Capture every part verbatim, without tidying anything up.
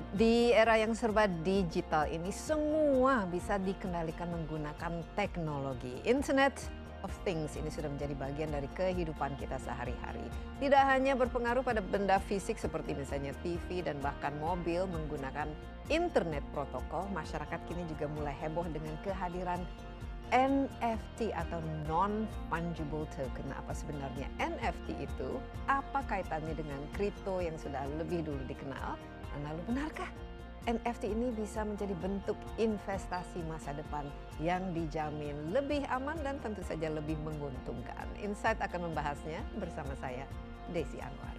Di era yang serba digital ini, semua bisa dikendalikan menggunakan teknologi. Internet of Things ini sudah menjadi bagian dari kehidupan kita sehari-hari. Tidak hanya berpengaruh pada benda fisik seperti misalnya T V dan bahkan mobil menggunakan internet protokol, masyarakat kini juga mulai heboh dengan kehadiran N F T atau non-fungible token. Apa sebenarnya N F T itu? Apa kaitannya dengan kripto yang sudah lebih dulu dikenal? Dan lalu benarkah N F T ini bisa menjadi bentuk investasi masa depan yang dijamin lebih aman dan tentu saja lebih menguntungkan? Insight akan membahasnya bersama saya, Desi Anwar.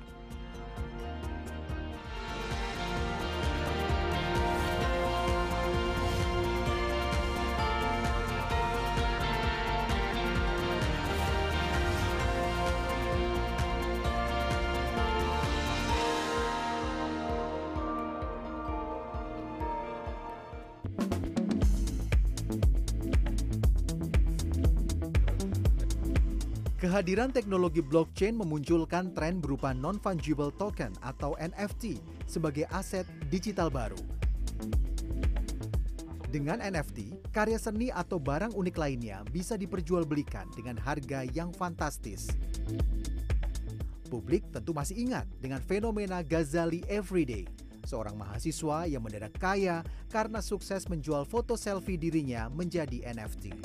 Kehadiran teknologi blockchain memunculkan tren berupa non-fungible token atau N F T sebagai aset digital baru. Dengan N F T, karya seni atau barang unik lainnya bisa diperjualbelikan dengan harga yang fantastis. Publik tentu masih ingat dengan fenomena Ghazali Everyday, seorang mahasiswa yang mendadak kaya karena sukses menjual foto selfie dirinya menjadi N F T.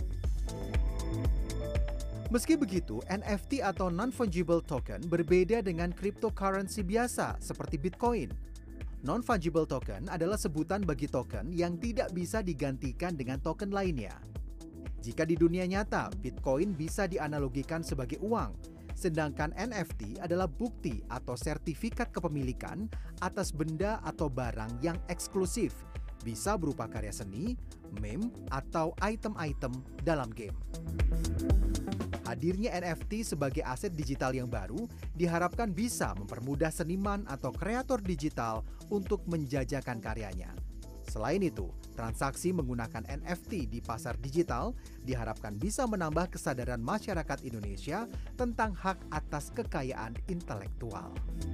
Meski begitu, N F T atau non-fungible token berbeda dengan cryptocurrency biasa seperti Bitcoin. Non-fungible token adalah sebutan bagi token yang tidak bisa digantikan dengan token lainnya. Jika di dunia nyata, Bitcoin bisa dianalogikan sebagai uang, sedangkan N F T adalah bukti atau sertifikat kepemilikan atas benda atau barang yang eksklusif, bisa berupa karya seni, meme, atau item-item dalam game. Hadirnya N F T sebagai aset digital yang baru diharapkan bisa mempermudah seniman atau kreator digital untuk menjajakan karyanya. Selain itu, transaksi menggunakan N F T di pasar digital diharapkan bisa menambah kesadaran masyarakat Indonesia tentang hak atas kekayaan intelektual.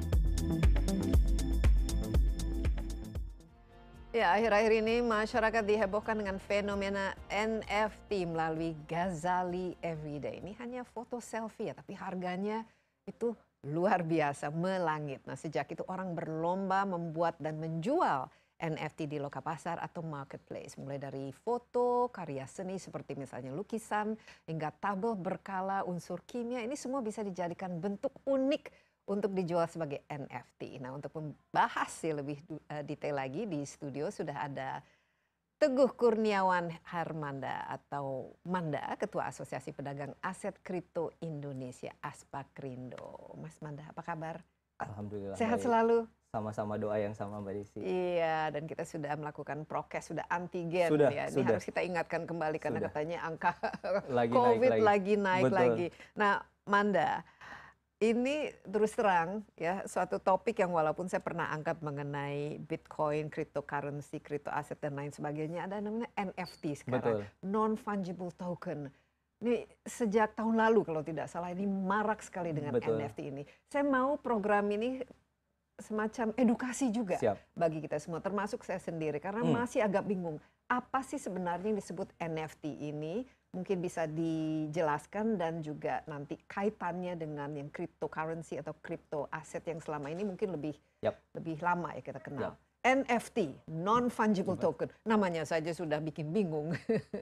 Ya, akhir-akhir ini masyarakat dihebohkan dengan fenomena N F T melalui Ghazali Everyday. Ini hanya foto selfie ya, tapi harganya itu luar biasa, melangit. Nah, sejak itu orang berlomba membuat dan menjual N F T di lokapasar atau marketplace. Mulai dari foto, karya seni seperti misalnya lukisan, hingga tabel berkala, unsur kimia, ini semua bisa dijadikan bentuk unik untuk dijual sebagai N F T. Nah, untuk membahas lebih uh, detail lagi di studio sudah ada Teguh Kurniawan Harmanda atau Manda, Ketua Asosiasi Pedagang Aset Kripto Indonesia, Aspakrindo. Mas Manda, apa kabar? Alhamdulillah. Sehat baik. selalu? Sama-sama, doa yang sama Mbak Desi. Iya, dan kita sudah melakukan prokes, sudah antigen Sudah, ya. Ini sudah. harus kita ingatkan kembali karena Sudah. katanya angka Lagi COVID naik lagi. lagi naik Betul. lagi. Nah, Manda, ini terus terang ya suatu topik yang walaupun saya pernah angkat mengenai Bitcoin, cryptocurrency, crypto aset dan lain sebagainya, ada namanya N F T sekarang, non-fungible token. Ini sejak tahun lalu kalau tidak salah, ini marak sekali dengan Betul. N F T ini. Saya mau program ini semacam edukasi juga Siap. bagi kita semua, termasuk saya sendiri, karena Hmm. masih agak bingung apa sih sebenarnya yang disebut N F T ini. Mungkin bisa dijelaskan dan juga nanti kaitannya dengan yang cryptocurrency atau crypto aset yang selama ini mungkin lebih Yap. lebih lama ya kita kenal. Yap. N F T, non-fungible token, namanya saja sudah bikin bingung.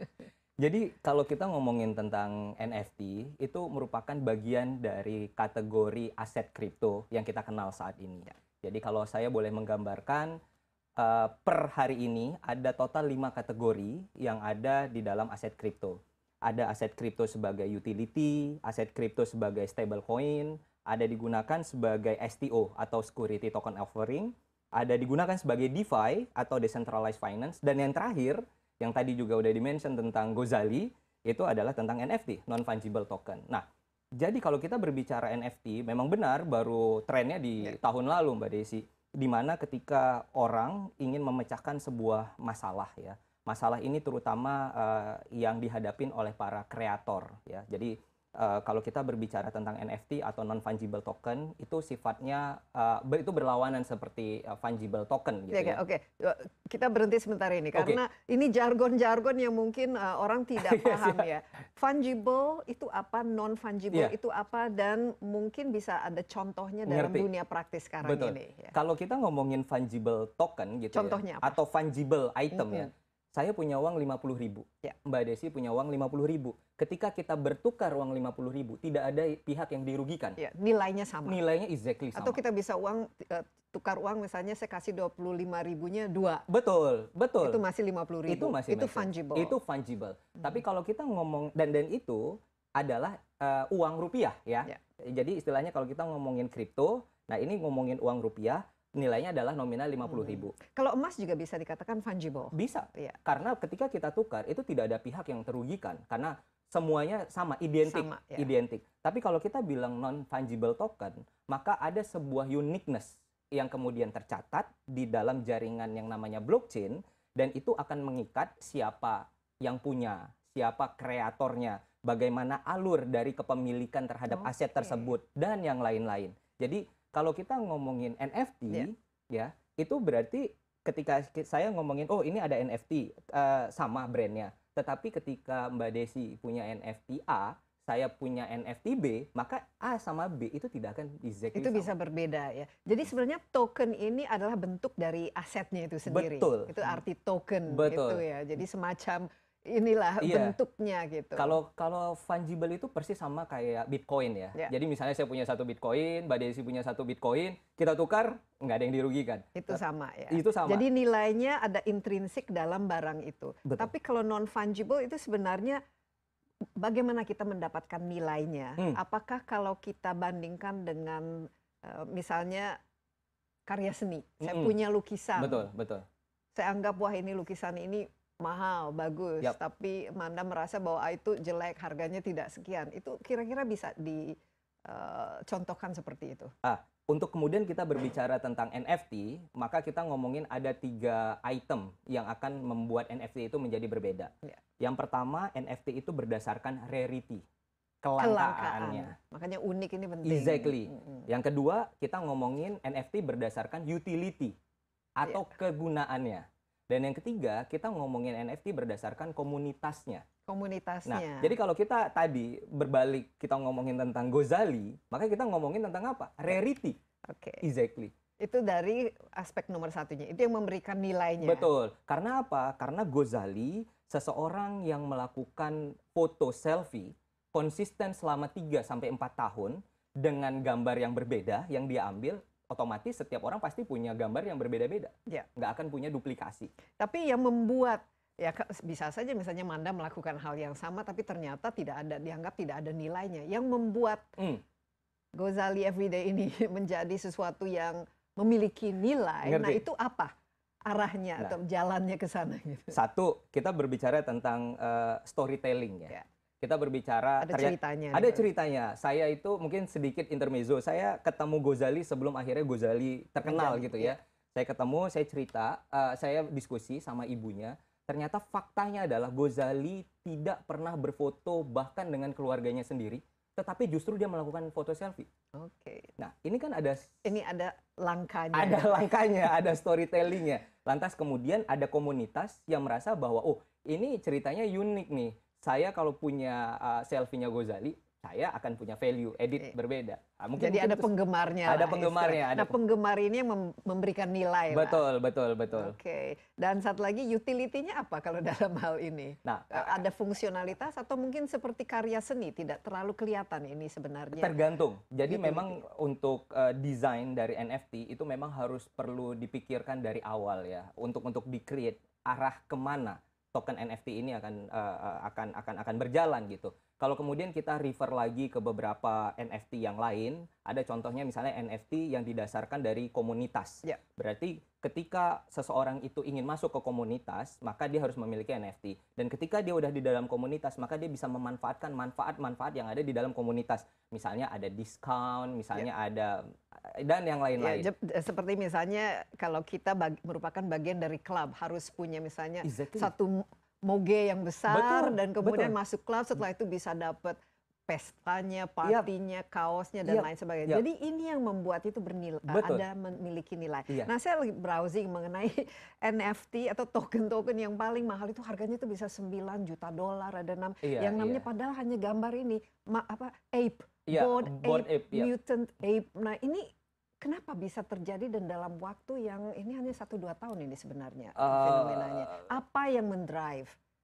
Jadi kalau kita ngomongin tentang N F T, itu merupakan bagian dari kategori aset kripto yang kita kenal saat ini. Jadi kalau saya boleh menggambarkan, uh, per hari ini ada total lima kategori yang ada di dalam aset kripto. Ada aset kripto sebagai utility, aset kripto sebagai stablecoin, ada digunakan sebagai S T O atau security token offering, ada digunakan sebagai DeFi atau decentralized finance, dan yang terakhir yang tadi juga udah di-mention tentang Ghazali, itu adalah tentang N F T, non-fungible token. Nah, jadi kalau kita berbicara N F T, memang benar baru trennya di yeah. tahun lalu Mbak Desi, di mana ketika orang ingin memecahkan sebuah masalah ya. Masalah ini terutama uh, yang dihadapin oleh para kreator ya. Jadi uh, kalau kita berbicara tentang N F T atau non-fungible token, itu sifatnya uh, ber- itu berlawanan seperti uh, fungible token gitu Oke, ya. oke. Kita berhenti sebentar ini Oke. karena ini jargon-jargon yang mungkin uh, orang tidak Iya, paham siap. ya. Fungible itu apa, non-fungible Iya. itu apa, dan mungkin bisa ada contohnya dalam Ngerti. dunia praktis sekarang Betul. ini. Ya. Kalau kita ngomongin fungible token gitu Contohnya ya, apa? atau fungible item ya, Mm-mm. saya punya uang lima puluh ribu, Ya. Mbak Desi punya uang lima puluh ribu. Ketika kita bertukar uang lima puluh ribu, tidak ada pihak yang dirugikan. Ya, nilainya sama. Nilainya exactly sama. Atau kita bisa uang uh, tukar uang, misalnya saya kasih dua puluh lima ribunya dua. Betul, betul. Itu masih lima puluh ribu. Itu masih itu matching. fungible. Itu fungible. Hmm. Tapi kalau kita ngomong dan dan itu adalah uh, uang rupiah ya. Ya. Jadi istilahnya kalau kita ngomongin kripto, nah ini ngomongin uang rupiah, nilainya adalah nominal lima puluh ribu. Kalau emas juga bisa dikatakan fungible. Bisa. Iya. Karena ketika kita tukar itu tidak ada pihak yang terugikan karena semuanya sama, identik, Sama, ya. identik. Tapi kalau kita bilang non fungible token, maka ada sebuah uniqueness yang kemudian tercatat di dalam jaringan yang namanya blockchain, dan itu akan mengikat siapa yang punya, siapa kreatornya, bagaimana alur dari kepemilikan terhadap Oke. aset tersebut dan yang lain-lain. Jadi kalau kita ngomongin N F T Ya. ya, itu berarti ketika saya ngomongin oh ini ada N F T uh, sama brandnya, tetapi ketika Mbak Desi punya N F T A, saya punya N F T B, maka A sama B itu tidak akan exactly Itu sama. bisa berbeda ya. Jadi sebenarnya token ini adalah bentuk dari asetnya itu sendiri. Betul. Itu arti token gitu Betul. ya. Jadi semacam inilah Iya. bentuknya gitu. Kalau kalau fungible itu persis sama kayak Bitcoin ya. Ya. Jadi misalnya saya punya satu Bitcoin, Mbak Desi punya satu Bitcoin, kita tukar nggak ada yang dirugikan. itu sama ya. Itu sama. Jadi nilainya ada intrinsik dalam barang itu. Betul. Tapi kalau non fungible itu sebenarnya bagaimana kita mendapatkan nilainya? Hmm. Apakah kalau kita bandingkan dengan uh, misalnya karya seni, saya Mm-mm. punya lukisan, Betul, betul. saya anggap wah ini lukisan ini mahal, bagus, Yap. tapi Manda merasa bahwa ah, itu jelek, harganya tidak sekian. Itu kira-kira bisa dicontohkan seperti itu. Untuk kemudian kita berbicara tentang N F T, maka kita ngomongin ada tiga item yang akan membuat N F T itu menjadi berbeda. Ya. Yang pertama, N F T itu berdasarkan rarity, Kelangkaan. kelangkaannya. Makanya unik ini penting. Exactly. Mm-mm. Yang kedua, kita ngomongin N F T berdasarkan utility atau kegunaannya. Dan yang ketiga, kita ngomongin N F T berdasarkan komunitasnya. Komunitasnya. Nah, jadi kalau kita tadi berbalik kita ngomongin tentang Gozali, maka kita ngomongin tentang apa? Rarity. Oke. Exactly. Itu dari aspek nomor satunya. Itu yang memberikan nilainya. Betul. Karena apa? Karena Gozali seseorang yang melakukan foto selfie konsisten selama tiga sampai empat tahun dengan gambar yang berbeda yang dia ambil, otomatis setiap orang pasti punya gambar yang berbeda-beda. Ya. Nggak akan punya duplikasi. Tapi yang membuat ya ke- bisa saja misalnya Manda melakukan hal yang sama tapi ternyata tidak ada, dianggap tidak ada nilainya. Yang membuat Hmm. Gozali Everyday ini menjadi sesuatu yang memiliki nilai. Ngerti. Nah, itu apa arahnya Nah. atau jalannya ke sana gitu. Satu, kita berbicara tentang eh, storytelling ya. Ya. Kita berbicara Ada ternyata- ceritanya. Ada gitu. ceritanya. Saya itu mungkin sedikit intermezzo. Saya ketemu Gozali sebelum akhirnya Gozali terkenal Menjadi, gitu ya. Saya ketemu, saya cerita, eh, saya diskusi sama ibunya. Ternyata faktanya adalah Gozali tidak pernah berfoto bahkan dengan keluarganya sendiri, tetapi justru dia melakukan foto selfie. Oke. Nah, ini kan ada Ini ada langkahnya. ada langkahnya, ada storytellingnya. Lantas kemudian ada komunitas yang merasa bahwa oh ini ceritanya unik nih. Saya kalau punya uh, selfie-nya Gozali, saya akan punya value edit Oke. berbeda. Nah, Jadi mungkin ada itu- penggemarnya. ada lah, penggemarnya, istilah. ada Nah, penggemar ini yang mem- memberikan nilai. lah. Betul, betul, betul. Oke. Dan satu lagi utility-nya apa kalau dalam hal ini? Nah, Ada fungsionalitas atau mungkin seperti karya seni tidak terlalu kelihatan ini sebenarnya. tergantung. Jadi Utility. memang untuk uh, desain dari N F T itu memang harus perlu dipikirkan dari awal ya, untuk untuk di-create arah kemana token N F T ini akan uh, uh, akan akan akan berjalan gitu. Kalau kemudian kita refer lagi ke beberapa N F T yang lain, ada contohnya misalnya N F T yang didasarkan dari komunitas. Ya. Berarti ketika seseorang itu ingin masuk ke komunitas, maka dia harus memiliki N F T. Dan ketika dia udah di dalam komunitas, maka dia bisa memanfaatkan manfaat-manfaat yang ada di dalam komunitas. Misalnya ada diskon, misalnya ada dan yang Ya, lain-lain. jep- seperti misalnya kalau kita bag- merupakan bagian dari klub harus punya misalnya Exactly. satu moge yang besar Betul, dan kemudian betul. masuk klub, setelah itu bisa dapat pestanya, Iya. partinya, kaosnya dan Iya, lain sebagainya. iya. Jadi ini yang membuat itu bernilai, Betul. ada memiliki nilai. Iya. Nah, saya lagi browsing mengenai N F T atau token-token yang paling mahal itu harganya itu bisa sembilan juta dolar, ada enam Iya, yang namanya iya. padahal hanya gambar ini, ma, apa ape, Iya, bored bored ape, ape, iya. mutant ape. Nah, ini kenapa bisa terjadi dan dalam waktu yang ini hanya satu dua tahun ini sebenarnya Eh, fenomenanya. Apa yang mendrive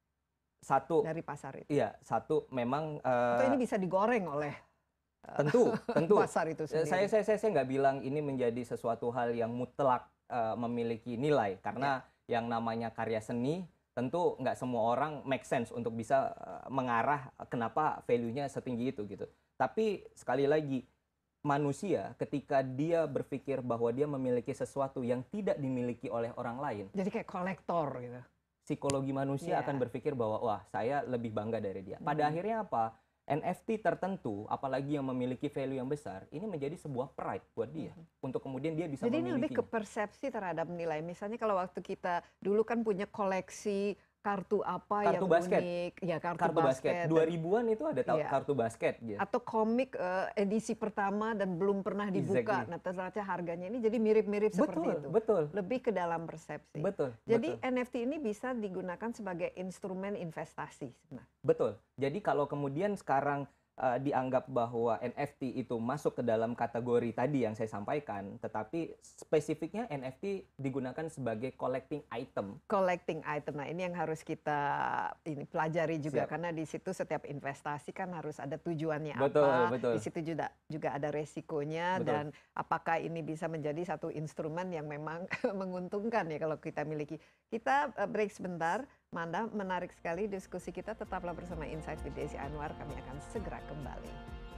Satu, dari pasar itu? iya, satu memang Atau eh, ini bisa digoreng oleh tentu, tentu. pasar itu Eh, sendiri? Saya saya saya saya nggak bilang ini menjadi sesuatu hal yang mutlak eh, memiliki nilai karena yang namanya karya seni tentu nggak semua orang make sense untuk bisa eh, mengarah kenapa value-nya setinggi itu gitu. Tapi sekali lagi manusia ketika dia berpikir bahwa dia memiliki sesuatu yang tidak dimiliki oleh orang lain, Jadi kayak kolektor gitu. psikologi manusia Iya. akan berpikir bahwa wah saya lebih bangga dari dia. Pada Mhm. akhirnya apa? N F T tertentu, apalagi yang memiliki value yang besar, ini menjadi sebuah pride buat dia untuk kemudian dia bisa Jadi ini lebih ke memilikinya. persepsi terhadap nilai. Misalnya kalau waktu kita dulu kan punya koleksi kartu apa Kartu yang basket. unik, ya kartu, Kartu basket, basket. dua dan- ribuan itu ada ta- Iya. kartu basket gitu. atau komik eh, edisi pertama dan belum pernah dibuka. Exactly. Nah, ternyata harganya ini jadi mirip-mirip seperti Betul, itu. betul, Lebih ke dalam persepsi. betul. Jadi betul. N F T ini bisa digunakan sebagai instrumen investasi sebenarnya. Betul. Jadi kalau kemudian sekarang uh, dianggap bahwa N F T itu masuk ke dalam kategori tadi yang saya sampaikan, tetapi spesifiknya N F T digunakan sebagai collecting item. Collecting item. Nah, ini yang harus kita ini pelajari juga Siap. karena di situ setiap investasi kan harus ada tujuannya Betul, apa. betul. Di situ juga juga ada resikonya Betul. dan apakah ini bisa menjadi satu instrumen yang memang menguntungkan ya kalau kita miliki. Kita uh, break sebentar. Manda, menarik sekali diskusi kita. Tetaplah bersama Insight with Desi Anwar. Kami akan segera kembali.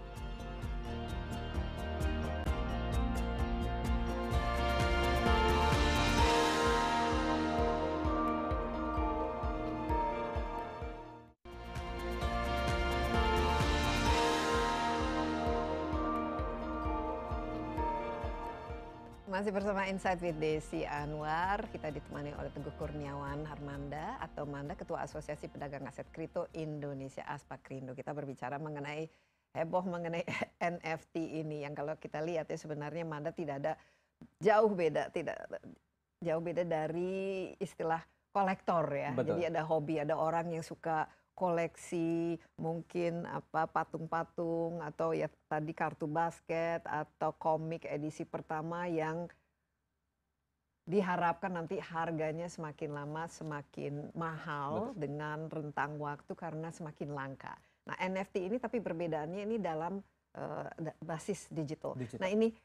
Masih bersama Insight with Desi Anwar, kita ditemani oleh Teguh Kurniawan Harmanda atau Manda, Ketua Asosiasi Pedagang Aset Kripto Indonesia Aspakrindo. Kita berbicara mengenai heboh mengenai N F T ini yang kalau kita lihat ya sebenarnya Manda tidak ada jauh beda, tidak jauh beda dari istilah kolektor ya. Betul. Jadi ada hobi, ada orang yang suka koleksi mungkin apa patung-patung atau ya tadi kartu basket atau komik edisi pertama yang diharapkan nanti harganya semakin lama semakin mahal. Betul. Dengan rentang waktu karena semakin langka. Nah, N F T ini tapi perbedaannya ini dalam uh, basis digital. Digital. Nah, ini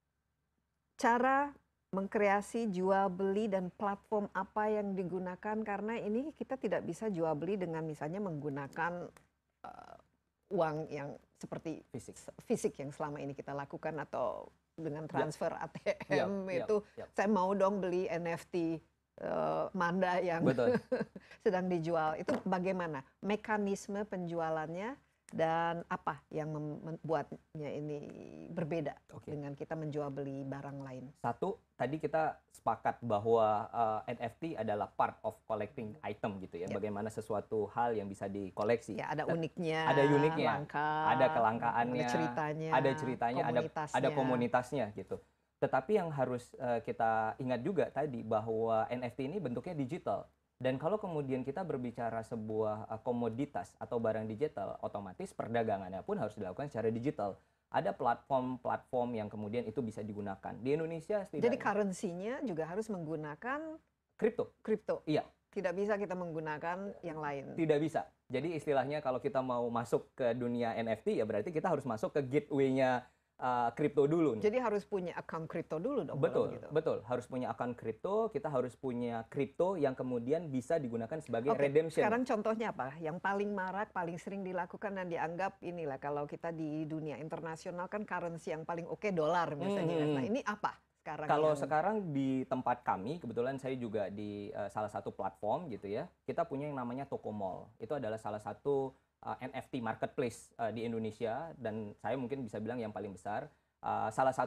cara mengkreasi jual beli dan platform apa yang digunakan karena ini kita tidak bisa jual beli dengan misalnya menggunakan uh, uang yang seperti Fisik. fisik yang selama ini kita lakukan atau dengan transfer A T M Yap, itu yap, yap. saya mau dong beli N F T uh, Manda yang Betul. sedang dijual. Itu bagaimana mekanisme penjualannya dan apa yang membuatnya ini berbeda Oke. dengan kita menjual beli barang lain? Satu, tadi kita sepakat bahwa uh, N F T adalah part of collecting item gitu ya. Yep. Bagaimana sesuatu hal yang bisa dikoleksi. Ya, ada Dan uniknya, ada uniknya, langka, ada kelangkaannya, ada ceritanya, ada ceritanya, ada komunitasnya. ada komunitasnya gitu. Tetapi yang harus uh, kita ingat juga tadi bahwa N F T ini bentuknya digital. Dan kalau kemudian kita berbicara sebuah uh, komoditas atau barang digital, otomatis perdagangannya pun harus dilakukan secara digital. Ada platform-platform yang kemudian itu bisa digunakan. Di Indonesia setidaknya. Jadi currency-nya juga harus menggunakan kripto. kripto. Iya. Tidak bisa kita menggunakan yang lain. Tidak bisa. Jadi istilahnya kalau kita mau masuk ke dunia N F T ya berarti kita harus masuk ke gateway-nya uh, kripto dulu nih. Jadi harus punya account kripto dulu dong. Betul, gitu. betul. Harus punya akun kripto, kita harus punya kripto yang kemudian bisa digunakan sebagai Oke, redemption. sekarang contohnya apa? Yang paling marak, paling sering dilakukan dan dianggap inilah kalau kita di dunia internasional kan currency yang paling oke dolar misalnya. Hmm. Nah, ini apa sekarang? Kalau yang... sekarang di tempat kami, kebetulan saya juga di uh, salah satu platform gitu ya, kita punya yang namanya Toko Mall. Itu adalah salah satu uh, N F T marketplace uh, di Indonesia dan saya mungkin bisa bilang yang paling besar. Uh, salah satu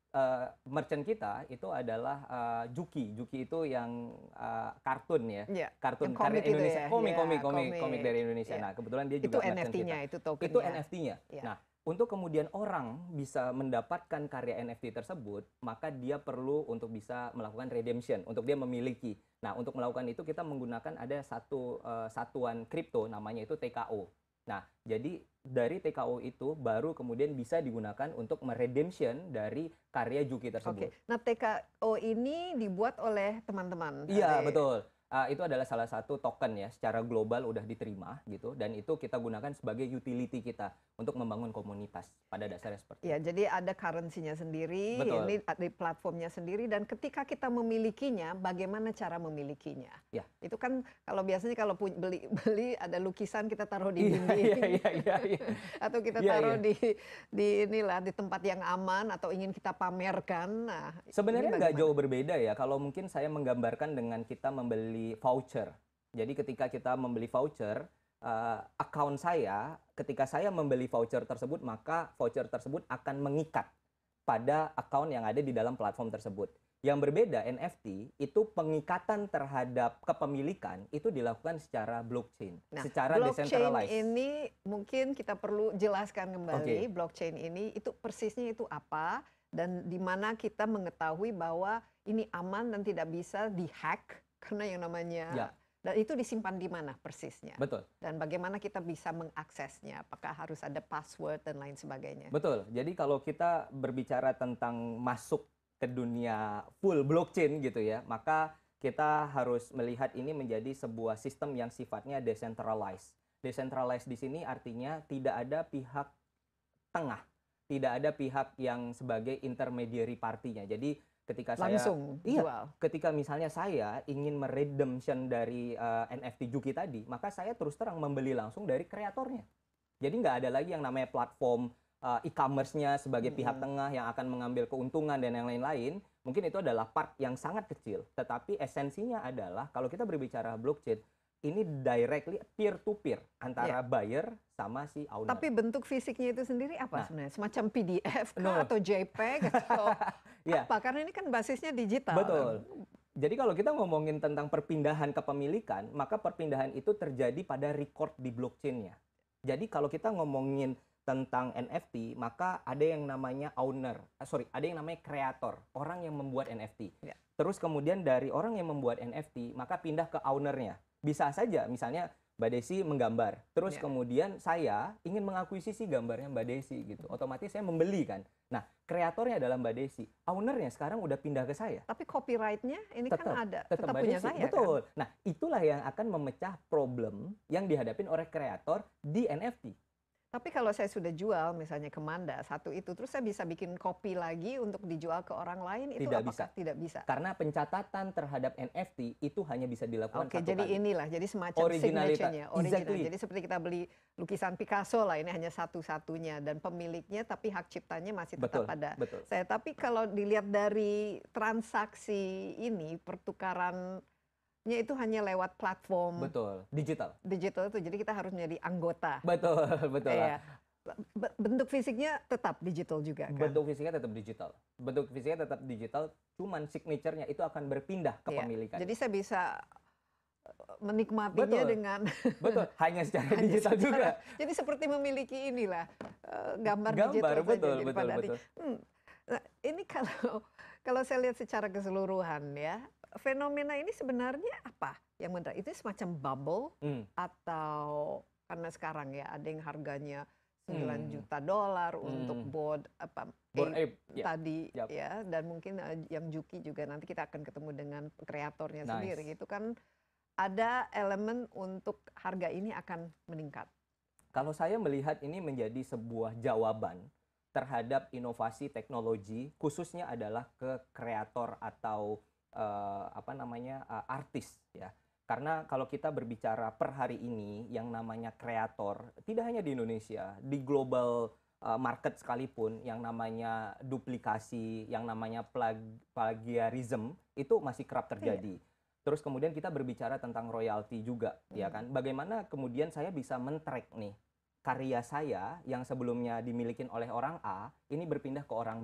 uh, merchant kita itu adalah uh, Juki. Juki itu yang uh, kartun ya, yeah. kartun Yang karya komik itu Indonesia, ya? komik, Yeah, komik, komik, komik. komik dari Indonesia. Yeah. Nah, kebetulan dia Itu juga merchant N F T-nya, kita. itu tokennya. Itu N F T-nya. Yeah. Nah, untuk kemudian orang bisa mendapatkan karya N F T tersebut, maka dia perlu untuk bisa melakukan redemption, untuk dia memiliki. Nah, untuk melakukan itu kita menggunakan ada satu uh, satuan kripto, namanya itu T K O. Nah, jadi dari T K O itu baru kemudian bisa digunakan untuk meredemption dari karya Juki tersebut. Oke. Nah, T K O ini dibuat oleh teman-teman. Iya, dari... betul. Uh, itu adalah salah satu token ya, secara global udah diterima gitu, dan itu kita gunakan sebagai utility kita untuk membangun komunitas pada dasarnya seperti ya, itu. jadi ada currency-nya sendiri, Betul. ini ada platformnya sendiri, dan ketika kita memilikinya, bagaimana cara memilikinya? Ya. Itu kan kalau biasanya kalau beli beli ada lukisan kita taruh di Iya, dinding, iya, iya, iya, iya. atau kita Iya, taruh iya. di di inilah di tempat yang aman atau ingin kita pamerkan. Nah, Sebenarnya ini nggak bagaimana? jauh berbeda ya. Kalau mungkin saya menggambarkan dengan kita membeli voucher. Jadi ketika kita membeli voucher, uh, account saya, ketika saya membeli voucher tersebut, maka voucher tersebut akan mengikat pada account yang ada di dalam platform tersebut. Yang berbeda N F T itu pengikatan terhadap kepemilikan itu dilakukan secara blockchain, Nah, secara blockchain decentralized. ini mungkin kita perlu jelaskan kembali. Oke. Blockchain ini itu persisnya itu apa dan di mana kita mengetahui bahwa ini aman dan tidak bisa dihack karena yang namanya Ya. dan itu disimpan di mana persisnya. Betul. Dan bagaimana kita bisa mengaksesnya? Apakah harus ada password dan lain sebagainya? Betul. Jadi kalau kita berbicara tentang masuk ke dunia full blockchain gitu ya, maka kita harus melihat ini menjadi sebuah sistem yang sifatnya decentralized. Decentralized di sini artinya tidak ada pihak tengah, tidak ada pihak yang sebagai intermediary partinya. Jadi ketika saya Langsung iya, jual. ketika misalnya saya ingin meredemption dari uh, N F T Juki tadi, maka saya terus terang membeli langsung dari kreatornya. Jadi nggak ada lagi yang namanya platform uh, e-commerce-nya sebagai Mm-hmm. pihak tengah yang akan mengambil keuntungan dan yang lain-lain. Mungkin itu adalah part yang sangat kecil, tetapi esensinya adalah kalau kita berbicara blockchain, ini directly peer to peer antara Yeah. buyer sama si owner. Tapi bentuk fisiknya itu sendiri apa Nah. sebenarnya? Semacam P D F kah? No. Atau JPEG atau Iya. apa? Karena ini kan basisnya digital. Betul. Jadi kalau kita ngomongin tentang perpindahan kepemilikan, maka perpindahan itu terjadi pada record di blockchain-nya. Jadi kalau kita ngomongin tentang N F T, maka ada yang namanya owner, eh, sorry, ada yang namanya kreator, orang yang membuat N F T. Ya. Terus kemudian dari orang yang membuat N F T, maka pindah ke ownernya. Bisa saja, misalnya Mbak Desi menggambar, terus Ya. kemudian saya ingin mengakuisisi gambarnya Mbak Desi gitu. Otomatis saya membeli kan. Nah, kreatornya adalah Mbak Desi, ownernya sekarang udah pindah ke saya. Tapi copyright-nya ini Tetap, kan ada, tetap tetap Mbak punya Desi. saya Betul. kan? Nah, itulah yang akan memecah problem yang dihadapin oleh kreator di N F T. Tapi kalau saya sudah jual misalnya ke Manda satu itu, terus saya bisa bikin kopi lagi untuk dijual ke orang lain, itu Tidak apakah bisa. tidak bisa? Karena pencatatan terhadap N F T itu hanya bisa dilakukan Oke, satu jadi kali. inilah, jadi semacam Originalita. signature-nya, original. Exactly. Jadi seperti kita beli lukisan Picasso lah, ini hanya satu-satunya dan pemiliknya, tapi hak ciptanya masih tetap Betul, ada. betul. Saya, tapi kalau dilihat dari transaksi ini, pertukarannya itu hanya lewat platform Betul, digital. digital itu, jadi kita harus menjadi anggota. Betul, betul. Iya. Be- Bentuk fisiknya tetap digital juga kan? Bentuk fisiknya tetap digital. Bentuk fisiknya tetap digital, cuman signature-nya itu akan berpindah Iya. kepemilikan. Jadi saya bisa menikmatinya Betul. dengan Betul, hanya secara hanya digital secara- juga. Jadi seperti memiliki inilah eh, gambar, Gambar, digital betul, saja betul, daripada di- betul. Hmm. Nah, ini kalau kalau saya lihat secara keseluruhan ya, fenomena ini sebenarnya apa yang menarik? Itu semacam bubble Hmm. atau karena sekarang ya ada yang harganya sembilan Hmm. juta dolar untuk Hmm. board apa Bored ape Ape, ya. tadi Yap. ya, dan mungkin eh, yang Juki juga nanti kita akan ketemu dengan kreatornya Nice. sendiri. Itu kan ada elemen untuk harga ini akan meningkat. Kalau saya melihat ini menjadi sebuah jawaban terhadap inovasi teknologi, khususnya adalah ke kreator atau eh, apa namanya eh, artis ya. Karena kalau kita berbicara per hari ini yang namanya kreator, tidak hanya di Indonesia, di global uh, market sekalipun, yang namanya duplikasi, yang namanya plag- plagiarism, itu masih kerap terjadi. Terus kemudian kita berbicara tentang royalti juga, ya kan? Bagaimana kemudian saya bisa men-track nih, karya saya yang sebelumnya dimiliki oleh orang A, ini berpindah ke orang B.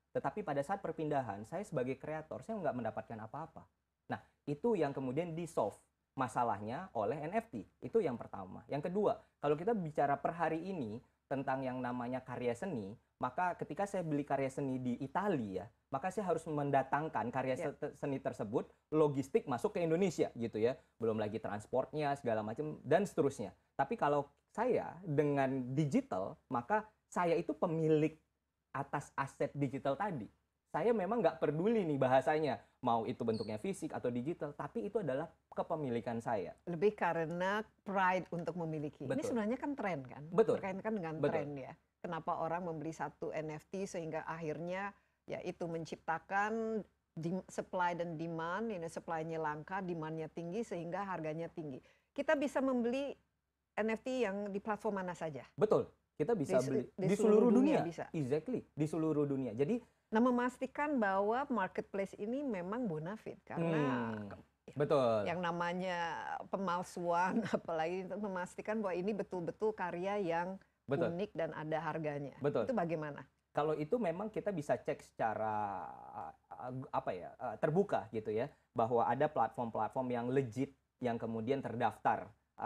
Tetapi pada saat perpindahan, saya sebagai kreator, saya nggak mendapatkan apa-apa. Nah, itu yang kemudian di-solve masalahnya oleh N F T. Itu yang pertama. Yang kedua, kalau kita bicara per hari ini tentang yang namanya karya seni, maka ketika saya beli karya seni di Italia, maka saya harus mendatangkan karya Yeah. seni tersebut, logistik masuk ke Indonesia gitu ya. Belum lagi transportnya, segala macam, dan seterusnya. Tapi kalau saya dengan digital, maka saya itu pemilik atas aset digital tadi. Saya memang nggak peduli nih bahasanya, mau itu bentuknya fisik atau digital, tapi itu adalah kepemilikan saya. Lebih karena pride untuk memiliki. Ini Betul. sebenarnya kan tren kan? Betul. Berkaitan dengan Betul. tren ya. Kenapa orang membeli satu N F T sehingga akhirnya ya itu menciptakan di- supply dan demand, ini supply-nya langka, demand-nya tinggi sehingga harganya tinggi. Kita bisa membeli N F T yang di platform mana saja. Betul. Kita bisa Di se- beli di di, seluruh seluruh dunia dunia. bisa. Exactly, di seluruh dunia. Jadi Nah, memastikan bahwa marketplace ini memang bonafit karena hmm, betul. yang namanya pemalsuan apalagi itu memastikan bahwa ini betul-betul karya yang Betul. unik dan ada harganya. Betul. Itu bagaimana? Kalau itu memang kita bisa cek secara uh, apa ya uh, terbuka gitu ya, bahwa ada platform-platform yang legit yang kemudian terdaftar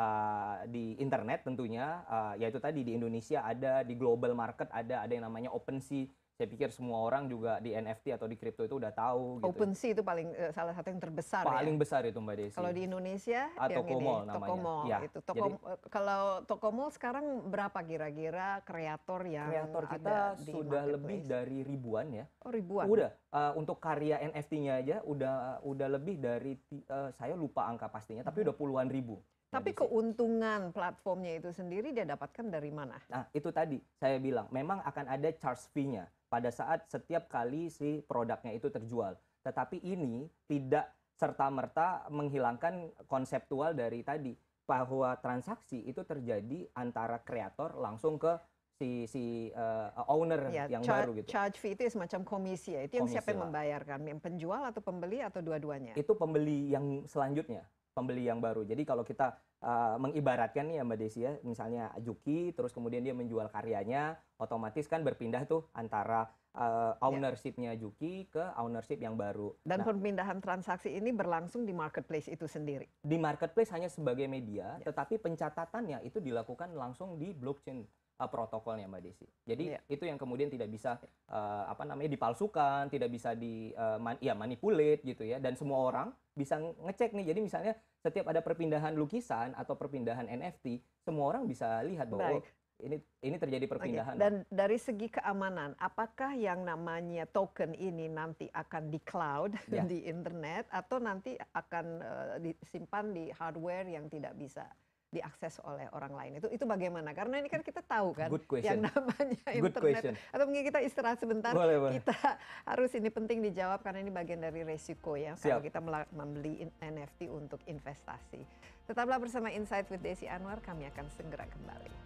uh, di internet tentunya, uh, yaitu tadi di Indonesia ada, di global market ada, ada yang namanya OpenSea. Saya pikir semua orang juga di N F T atau di kripto itu udah tahu. Gitu. OpenSea itu paling eh, salah satu yang terbesar Paling ya. besar itu Mbak Desi. Kalau di Indonesia Ah, yang Tokomall ini, namanya. Tokomall Ya, itu. Toko, jadi- eh, kalau Tokomall sekarang berapa kira-kira kreator yang Kreator kita ada di sudah lebih marketplace? dari ribuan ya. Oh, ribuan. Udah uh, untuk karya N F T-nya aja udah udah lebih dari uh, saya lupa angka pastinya, tapi udah puluhan ribu. Tapi Mbak Desi. keuntungan platformnya itu sendiri dia dapatkan dari mana? Nah, itu tadi saya bilang, memang akan ada charge fee-nya pada saat setiap kali si produknya itu terjual. Tetapi ini tidak serta-merta menghilangkan konseptual dari tadi, bahwa transaksi itu terjadi antara kreator langsung ke si si uh, owner Ya, yang char- baru gitu. charge fee itu semacam komisi ya. Itu yang Komisi siapa yang lah. membayarkan? Yang penjual atau pembeli atau dua-duanya? Itu pembeli yang selanjutnya, pembeli yang baru. Jadi kalau kita uh, mengibaratkan nih ya Mbak Desi ya, misalnya Juki, terus kemudian dia menjual karyanya, otomatis kan berpindah tuh antara uh, ownership-nya Juki ke ownership yang baru. Dan Nah, pemindahan transaksi ini berlangsung di marketplace itu sendiri. di marketplace hanya sebagai media, Ya. tetapi pencatatannya itu dilakukan langsung di blockchain uh, protokolnya Mbak Desi. Jadi Ya. itu yang kemudian tidak bisa uh, apa namanya dipalsukan, tidak bisa di uh, man, ya manipulate gitu ya, dan semua orang bisa ngecek nih. Jadi misalnya setiap ada perpindahan lukisan atau perpindahan N F T, semua orang bisa lihat bahwa Baik. oh, ini ini terjadi Oke, perpindahan. dan dari segi keamanan, apakah yang namanya token ini nanti akan di cloud, Ya. di internet, atau nanti akan eh, disimpan di hardware yang tidak bisa diakses oleh orang lain? Itu itu bagaimana? Karena ini kan kita tahu kan, Good question. yang namanya Good internet. question. Atau mungkin kita istirahat sebentar. Boleh, boleh. Kita harus ini penting dijawab karena ini bagian dari resiko ya Siap. kalau kita mela- membeli in- N F T untuk investasi. Tetaplah bersama Insight with Desi Anwar, kami akan segera kembali.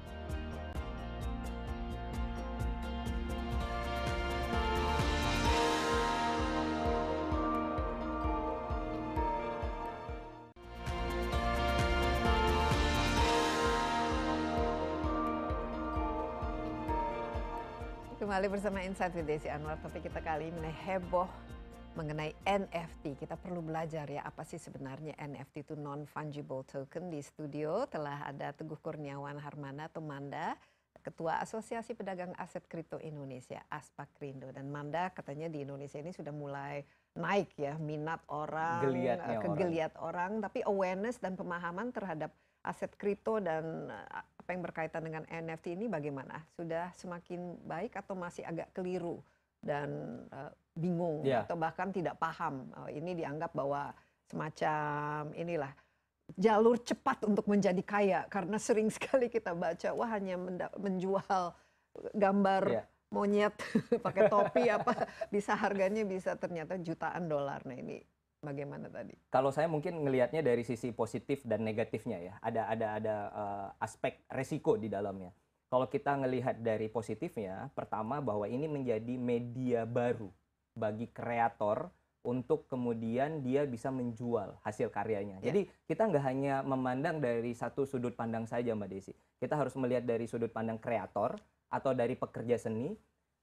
Kembali bersama Insight with Desi Anwar, topik kita kali ini heboh mengenai N F T. Kita perlu belajar ya, apa sih sebenarnya N F T itu non-fungible token. Di studio telah ada Teguh Kurniawan Harmanda atau Manda, Ketua Asosiasi Pedagang Aset Kripto Indonesia, Aspakrindo. Dan Manda katanya di Indonesia ini sudah mulai naik ya, minat orang, Geliatnya eh, kegeliat orang. Tapi awareness dan pemahaman terhadap aset kripto dan eh, apa yang berkaitan dengan N F T ini bagaimana? Sudah semakin baik atau masih agak keliru dan uh, bingung Ya. atau bahkan tidak paham? Uh, ini dianggap bahwa semacam inilah jalur cepat untuk menjadi kaya karena sering sekali kita baca wah hanya menda- menjual gambar Ya. monyet pakai topi apa bisa harganya bisa ternyata jutaan dolar. Nah ini bagaimana tadi? Kalau saya mungkin ngelihatnya dari sisi positif dan negatifnya ya. Ada ada ada uh, aspek resiko di dalamnya. Kalau kita ngelihat dari positifnya, pertama bahwa ini menjadi media baru bagi kreator untuk kemudian dia bisa menjual hasil karyanya. Ya. Jadi kita nggak hanya memandang dari satu sudut pandang saja Mbak Desi. Kita harus melihat dari sudut pandang kreator atau dari pekerja seni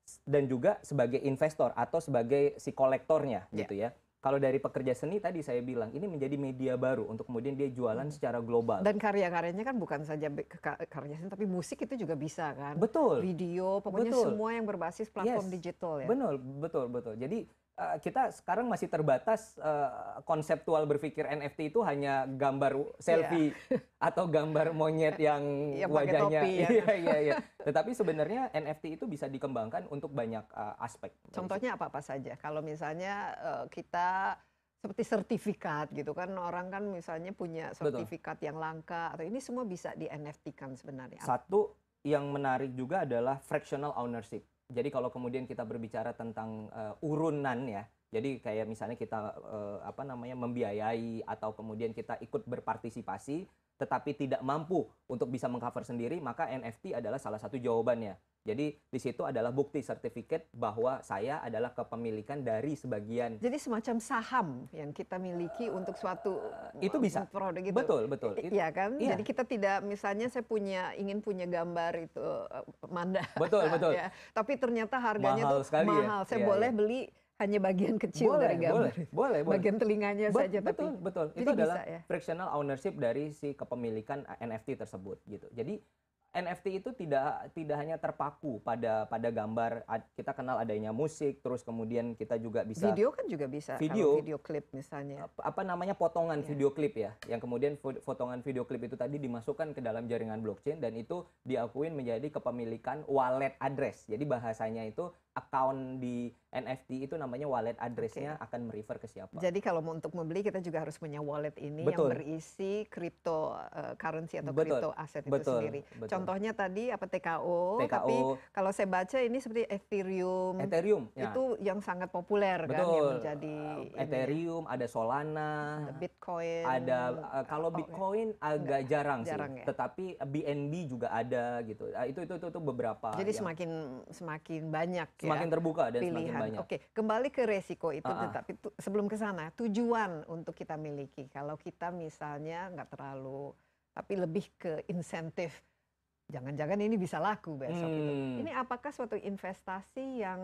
dan juga sebagai investor atau sebagai si kolektornya Ya. gitu ya. Kalau dari pekerja seni tadi saya bilang ini menjadi media baru untuk kemudian dia jualan Hmm. secara global. Dan karya-karyanya kan bukan saja be- ka- karya seni, tapi musik itu juga bisa kan? Betul. Video, pokoknya Betul. semua yang berbasis platform Yes. digital ya. Betul, betul, betul. Jadi uh, kita sekarang masih terbatas uh, konseptual berpikir N F T itu hanya gambar selfie atau gambar monyet yang Yang pakai wajahnya topi ya. iya iya iya. Tetapi sebenarnya N F T itu bisa dikembangkan untuk banyak uh, aspek. Contohnya apa-apa saja? Kalau misalnya eh, kita seperti sertifikat gitu kan, orang kan misalnya punya sertifikat yang langka, atau ini semua bisa di N F T kan sebenarnya. Satu yang menarik juga adalah fractional ownership. Jadi kalau kemudian kita berbicara tentang uh, urunan ya, jadi kayak misalnya kita uh, apa namanya membiayai atau kemudian kita ikut berpartisipasi, tetapi tidak mampu untuk bisa mengcover sendiri, maka N F T adalah salah satu jawabannya. Jadi di situ adalah bukti sertifikat bahwa saya adalah kepemilikan dari sebagian. Jadi semacam saham yang kita miliki untuk suatu Itu bisa. produk itu. Betul, betul. I- Iya kan? Iya. Jadi kita tidak, misalnya saya punya ingin punya gambar itu eh, Manda. Betul, betul. Ya. Tapi ternyata harganya Mahal tuh sekali ya. mahal. Saya Iya, boleh iya. beli hanya bagian kecil Boleh, dari gambar. boleh, boleh, boleh. Bagian telinganya Bet- saja betul, tapi. betul. Jadi Itu adalah bisa ya? fractional ownership dari si kepemilikan N F T tersebut gitu. Jadi N F T itu tidak tidak hanya terpaku pada pada gambar. Ad- Kita kenal adanya musik, terus kemudian kita juga bisa Video kan juga bisa. Video. Kalau video klip misalnya. ap- apa namanya potongan Iya. video klip ya, yang kemudian fo- potongan video klip itu tadi dimasukkan ke dalam jaringan blockchain dan itu diakuin menjadi kepemilikan wallet address. Jadi bahasanya itu account di N F T itu namanya wallet address-nya akan merefer ke siapa. Jadi kalau mau untuk membeli kita juga harus punya wallet ini Betul. yang berisi crypto uh, currency atau Betul, crypto aset itu betul, sendiri. betul. Contohnya tadi apa T K O, T K O. tapi kalau saya baca ini seperti Ethereum, Ethereum ya. itu yang sangat populer kan, yang Betul. menjadi Uh, ini, Ethereum, ada Solana, ada Bitcoin, ada uh, kalau oh, Bitcoin agak jarang, jarang sih, ya. tetapi B N B juga ada gitu. Uh, itu, itu itu itu beberapa. Jadi yang semakin semakin banyak semakin ya terbuka dan semakin pilihan. banyak. Oke, kembali ke resiko itu, Ah, ah. tetapi tu- sebelum ke sana tujuan untuk kita miliki. Kalau kita misalnya nggak terlalu, tapi lebih ke insentif. Jangan-jangan ini bisa laku besok gitu. Hmm. Ini apakah suatu investasi yang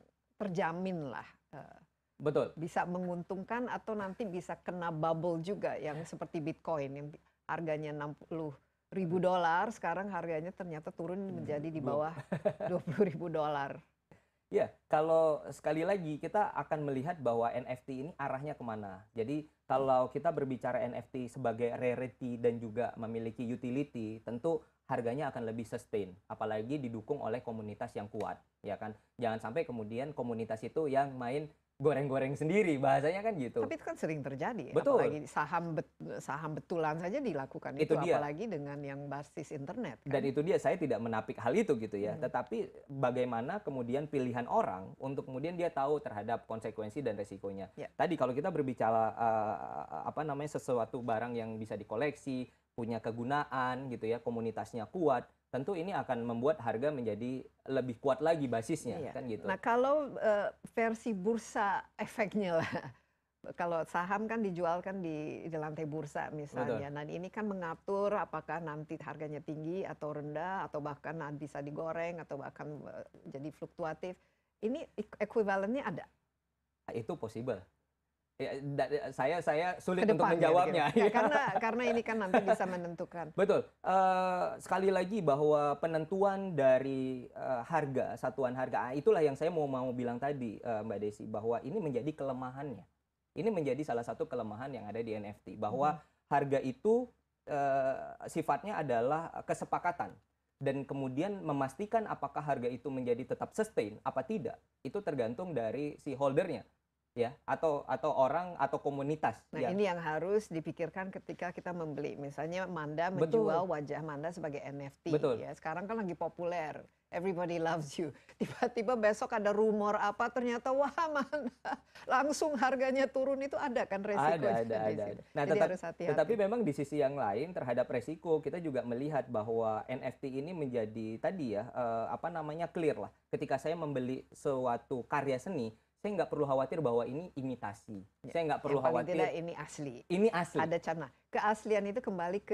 terjamin lah, eh, Betul. bisa menguntungkan atau nanti bisa kena bubble juga yang seperti Bitcoin yang harganya enam puluh ribu dolar, sekarang harganya ternyata turun menjadi di bawah dua puluh ribu dolar. Ya, kalau sekali lagi kita akan melihat bahwa N F T ini arahnya kemana. Jadi kalau kita berbicara N F T sebagai rarity dan juga memiliki utility, tentu harganya akan lebih sustain, apalagi didukung oleh komunitas yang kuat, ya kan? Jangan sampai kemudian komunitas itu yang main goreng-goreng sendiri, bahasanya kan gitu. Tapi itu kan sering terjadi, Betul. apalagi saham bet, saham betulan saja dilakukan Itu itu, dia. apalagi dengan yang basis internet. Kan? Dan itu dia, saya tidak menapik hal itu gitu ya. Hmm. Tetapi bagaimana kemudian pilihan orang untuk kemudian dia tahu terhadap konsekuensi dan resikonya. Ya. Tadi kalau kita berbicara uh, apa namanya sesuatu barang yang bisa dikoleksi, punya kegunaan gitu ya, komunitasnya kuat, tentu ini akan membuat harga menjadi lebih kuat lagi basisnya, Iya. kan gitu. Nah kalau eh, versi bursa efeknya lah, kalau saham kan dijualkan di, di lantai bursa misalnya, nah ini kan mengatur apakah nanti harganya tinggi atau rendah, atau bahkan bisa digoreng, atau bahkan eh, jadi fluktuatif. Ini ek- ekuivalennya ada? Nah, itu possible. Ya, da- saya saya sulit Ke untuk depannya, menjawabnya. begitu. Ya, karena karena ini kan nanti bisa menentukan. Betul. Eh, sekali lagi bahwa penentuan dari eh, harga, satuan harga, ah, itulah yang saya mau mau bilang tadi, eh, Mbak Desi, bahwa ini menjadi kelemahannya. Ini menjadi salah satu kelemahan yang ada di N F T, bahwa harga itu eh, sifatnya adalah kesepakatan. Dan kemudian memastikan apakah harga itu menjadi tetap sustain, apa tidak, itu tergantung dari si holdernya. Ya, atau atau orang atau komunitas. Nah yang- ini yang harus dipikirkan ketika kita membeli. Misalnya Manda Betul. menjual wajah Manda sebagai N F T. Betul. Ya, sekarang kan lagi populer. Everybody loves you. Tiba-tiba besok ada rumor apa, ternyata wah Manda langsung harganya turun, itu ada kan resikonya. Ada, ada, di ada, situ. ada. Nah, Jadi tetap- harus hati-hati. Tetapi memang di sisi yang lain terhadap resiko kita juga melihat bahwa N F T ini menjadi tadi ya eh, apa namanya clear lah. Ketika saya membeli suatu karya seni, saya nggak perlu khawatir bahwa ini imitasi. Ya, Saya nggak perlu Yang paling khawatir tidak ini asli. ini asli. Ada cana. Keaslian itu kembali ke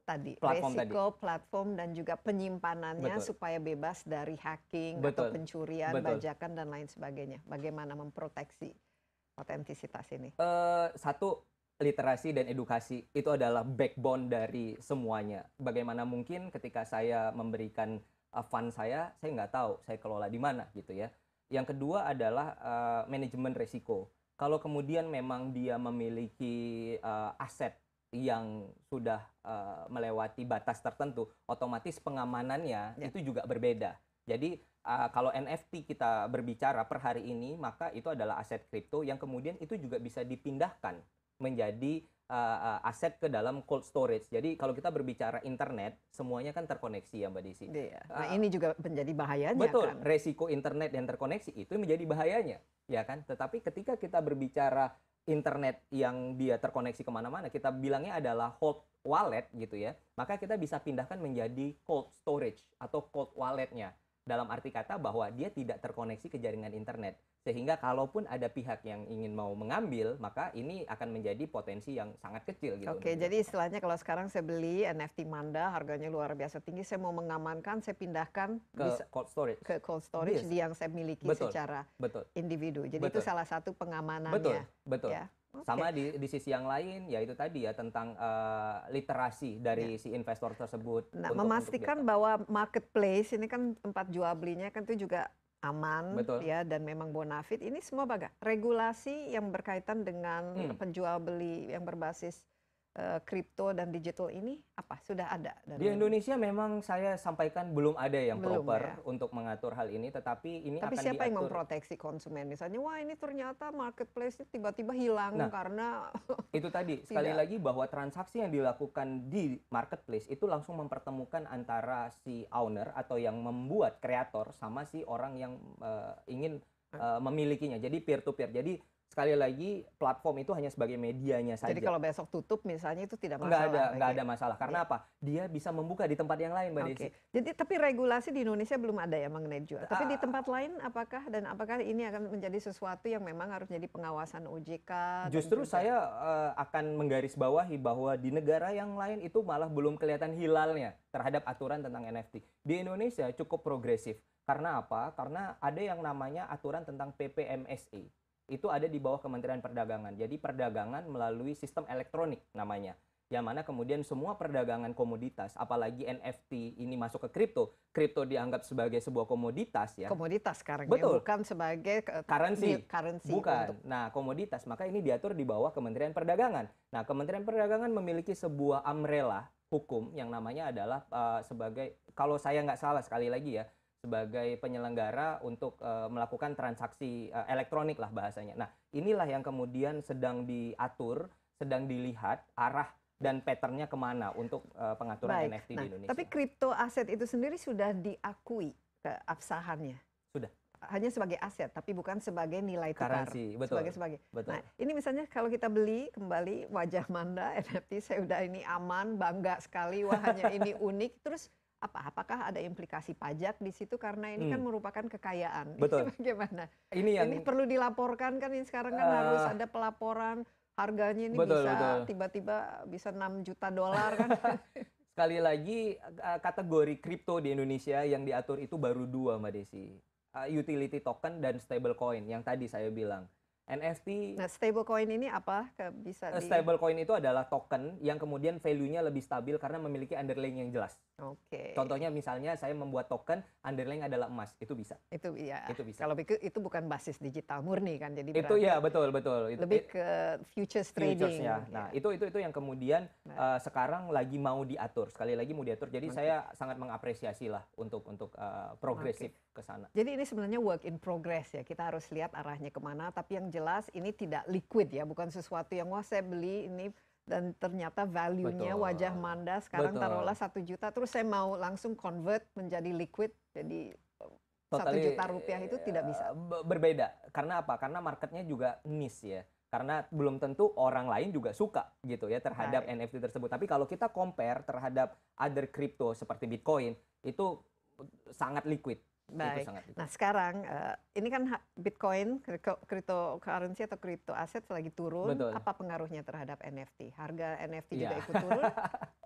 tadi, Platform resiko platform dan juga penyimpanannya Betul. supaya bebas dari hacking atau Betul. pencurian, Betul. bajakan dan lain sebagainya. Bagaimana memproteksi otentisitas ini? Eh, satu, literasi dan edukasi itu adalah backbone dari semuanya. Bagaimana mungkin ketika saya memberikan uh, fund saya, saya nggak tahu saya kelola di mana gitu ya. Yang kedua adalah uh, manajemen risiko. Kalau kemudian memang dia memiliki uh, aset yang sudah uh, melewati batas tertentu, otomatis pengamanannya Ya. itu juga berbeda. Jadi uh, kalau N F T kita berbicara per hari ini, maka itu adalah aset kripto yang kemudian itu juga bisa dipindahkan menjadi uh, uh, aset ke dalam cold storage. Jadi kalau kita berbicara internet, semuanya kan terkoneksi ya Mbak Desi. Iya. Nah, Uh, ini juga menjadi bahayanya Betul, kan. resiko internet yang terkoneksi itu menjadi bahayanya, ya kan? Tetapi ketika kita berbicara internet yang dia terkoneksi kemana-mana, kita bilangnya adalah hot wallet gitu ya, maka kita bisa pindahkan menjadi cold storage atau cold walletnya. Dalam arti kata bahwa dia tidak terkoneksi ke jaringan internet. Sehingga kalaupun ada pihak yang ingin mau mengambil, maka ini akan menjadi potensi yang sangat kecil gitu. Oke, untuk jadi dilakukan. istilahnya kalau sekarang saya beli N F T Manda, harganya luar biasa tinggi, saya mau mengamankan, saya pindahkan Ke bisa cold storage. ke cold storage Yes. di yang saya miliki Betul. secara Betul. individu. Jadi itu Betul. salah satu Betul, pengamanannya. betul. Ya. Oke. Sama di di sisi yang lain, yaitu tadi ya tentang eh, literasi dari si investor tersebut. Nah, untuk- memastikan untuk bahwa marketplace ini kan tempat jual belinya kan itu juga aman, Betul. ya, dan memang bonafit. Ini semua baga regulasi yang berkaitan dengan Hmm. penjual beli yang berbasis eh, kripto dan digital ini apa sudah ada? Dan Di Indonesia memang saya sampaikan belum ada yang Belum, proper ya. untuk mengatur hal ini, tetapi ini Tapi akan siapa yang diatur. memproteksi konsumen? Misalnya, wah ini ternyata marketplace tiba-tiba hilang Nah, karena Itu tadi, sekali Tidak. lagi bahwa transaksi yang dilakukan di marketplace itu langsung mempertemukan antara si owner atau yang membuat kreator sama si orang yang eh, ingin eh, memilikinya. Jadi peer to peer. Jadi sekali lagi platform itu hanya sebagai medianya saja. jadi kalau besok tutup misalnya itu tidak nggak masalah. ada nggak bagi- ada masalah. Karena apa? Dia bisa membuka di tempat yang lain, Mbak Oke. Desi. Jadi tapi regulasi di Indonesia belum ada ya mengenai jual. Tapi di Ah. tempat lain apakah dan apakah ini akan menjadi sesuatu yang memang harus jadi pengawasan O J K? dan Justru juga- saya eh, akan menggarisbawahi bahwa di negara yang lain itu malah belum kelihatan hilalnya terhadap aturan tentang N F T. Di Indonesia cukup progresif. Karena apa? Karena ada yang namanya aturan tentang P P M S E. Itu ada di bawah Kementerian Perdagangan. Jadi perdagangan melalui sistem elektronik namanya. Yang mana kemudian semua perdagangan komoditas, apalagi N F T ini masuk ke kripto, kripto dianggap sebagai sebuah komoditas ya. komoditas sekarang ya, Betul. bukan sebagai ke- Currency. di- currency Bukan. untuk- Nah, komoditas, maka ini diatur di bawah Kementerian Perdagangan. Nah, Kementerian Perdagangan memiliki sebuah umbrella hukum yang namanya adalah uh, sebagai, kalau saya nggak salah sekali lagi ya, sebagai penyelenggara untuk uh, melakukan transaksi uh, elektronik lah bahasanya. Nah, inilah yang kemudian sedang diatur, sedang dilihat arah dan patternnya kemana untuk uh, pengaturan Baik. N F T Nah, di Indonesia. tapi kripto aset itu sendiri sudah diakui keabsahannya. Sudah. Hanya sebagai aset, tapi bukan sebagai nilai tukar. Currency, betul. Sebagai sebagai. Betul. Nah, ini misalnya kalau kita beli kembali wajah Manda N F T, saya udah ini aman, bangga sekali, wah hanya ini unik. Terus apa? Apakah ada implikasi pajak di situ karena ini kan Hmm. merupakan kekayaan? Betul. Ini bagaimana? Ini yang Ini perlu dilaporkan kan? Ini sekarang kan Eh, harus ada pelaporan. Harganya ini betul, bisa betul. tiba-tiba bisa enam juta dolar kan? Sekali lagi uh, kategori kripto di Indonesia yang diatur itu baru dua, Mbak Desi. Uh, utility token dan stablecoin yang tadi saya bilang. N F T, Nah, stablecoin ini apa? Ke- Bisa uh, di... stablecoin itu adalah token yang kemudian value-nya lebih stabil karena memiliki underlying yang jelas. Oke. Contohnya misalnya saya membuat token underlying adalah emas, itu bisa. Itu ya. Itu bisa. Kalau itu, itu bukan basis digital murni kan, jadi Itu berarti ya betul betul. Itu, lebih ke futures trading. futures-nya. Nah, ya. itu itu itu yang kemudian Nah. uh, sekarang lagi mau diatur. Sekali lagi mau diatur. Jadi Oke. saya sangat mengapresiasi lah untuk untuk uh, progresif ke sana. Jadi ini sebenarnya work in progress ya. Kita harus lihat arahnya kemana. Tapi yang jelas ini tidak liquid ya, bukan sesuatu yang wah saya beli ini dan ternyata value-nya Betul. wajah Manda sekarang Betul. taruhlah satu juta, terus saya mau langsung convert menjadi liquid, jadi satu Totally, juta rupiah itu tidak bisa. eh, be- berbeda. Karena apa? Karena marketnya juga niche ya. Karena belum tentu orang lain juga suka gitu ya terhadap Baik. N F T tersebut. Tapi kalau kita compare terhadap other crypto seperti Bitcoin, itu sangat liquid. Itu Baik. sangat liquid. Nah sekarang eh, ini kan ha- Bitcoin, crypto- cryptocurrency atau crypto aset lagi turun. Betul. Apa pengaruhnya terhadap N F T? Harga N F T juga Iya. ikut turun?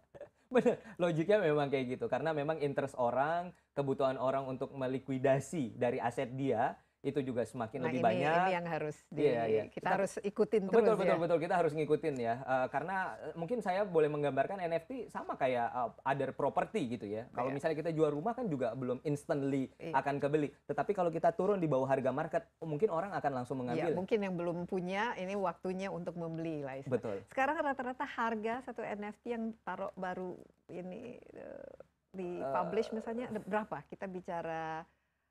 Bener, logiknya memang kayak gitu. Karena memang interest orang, kebutuhan orang untuk melikuidasi dari aset dia, itu juga semakin Nah lebih ini, banyak. ini yang harus di, Iya, iya. kita Tetapi- harus ikutin Betul, terus betul, ya. betul. Kita harus ngikutin ya. Eh, karena eh, mungkin saya boleh menggambarkan N F T sama kayak eh, other property gitu ya. Kalau Iya. misalnya kita jual rumah kan juga belum instantly Iya. akan kebeli. Tetapi kalau kita turun di bawah harga market, mungkin orang akan langsung Ya, mengambil. mungkin yang belum punya ini waktunya untuk membeli lah. istilah. Betul. Sekarang rata-rata harga satu N F T yang taruh baru ini eh, di publish misalnya ada berapa? Kita bicara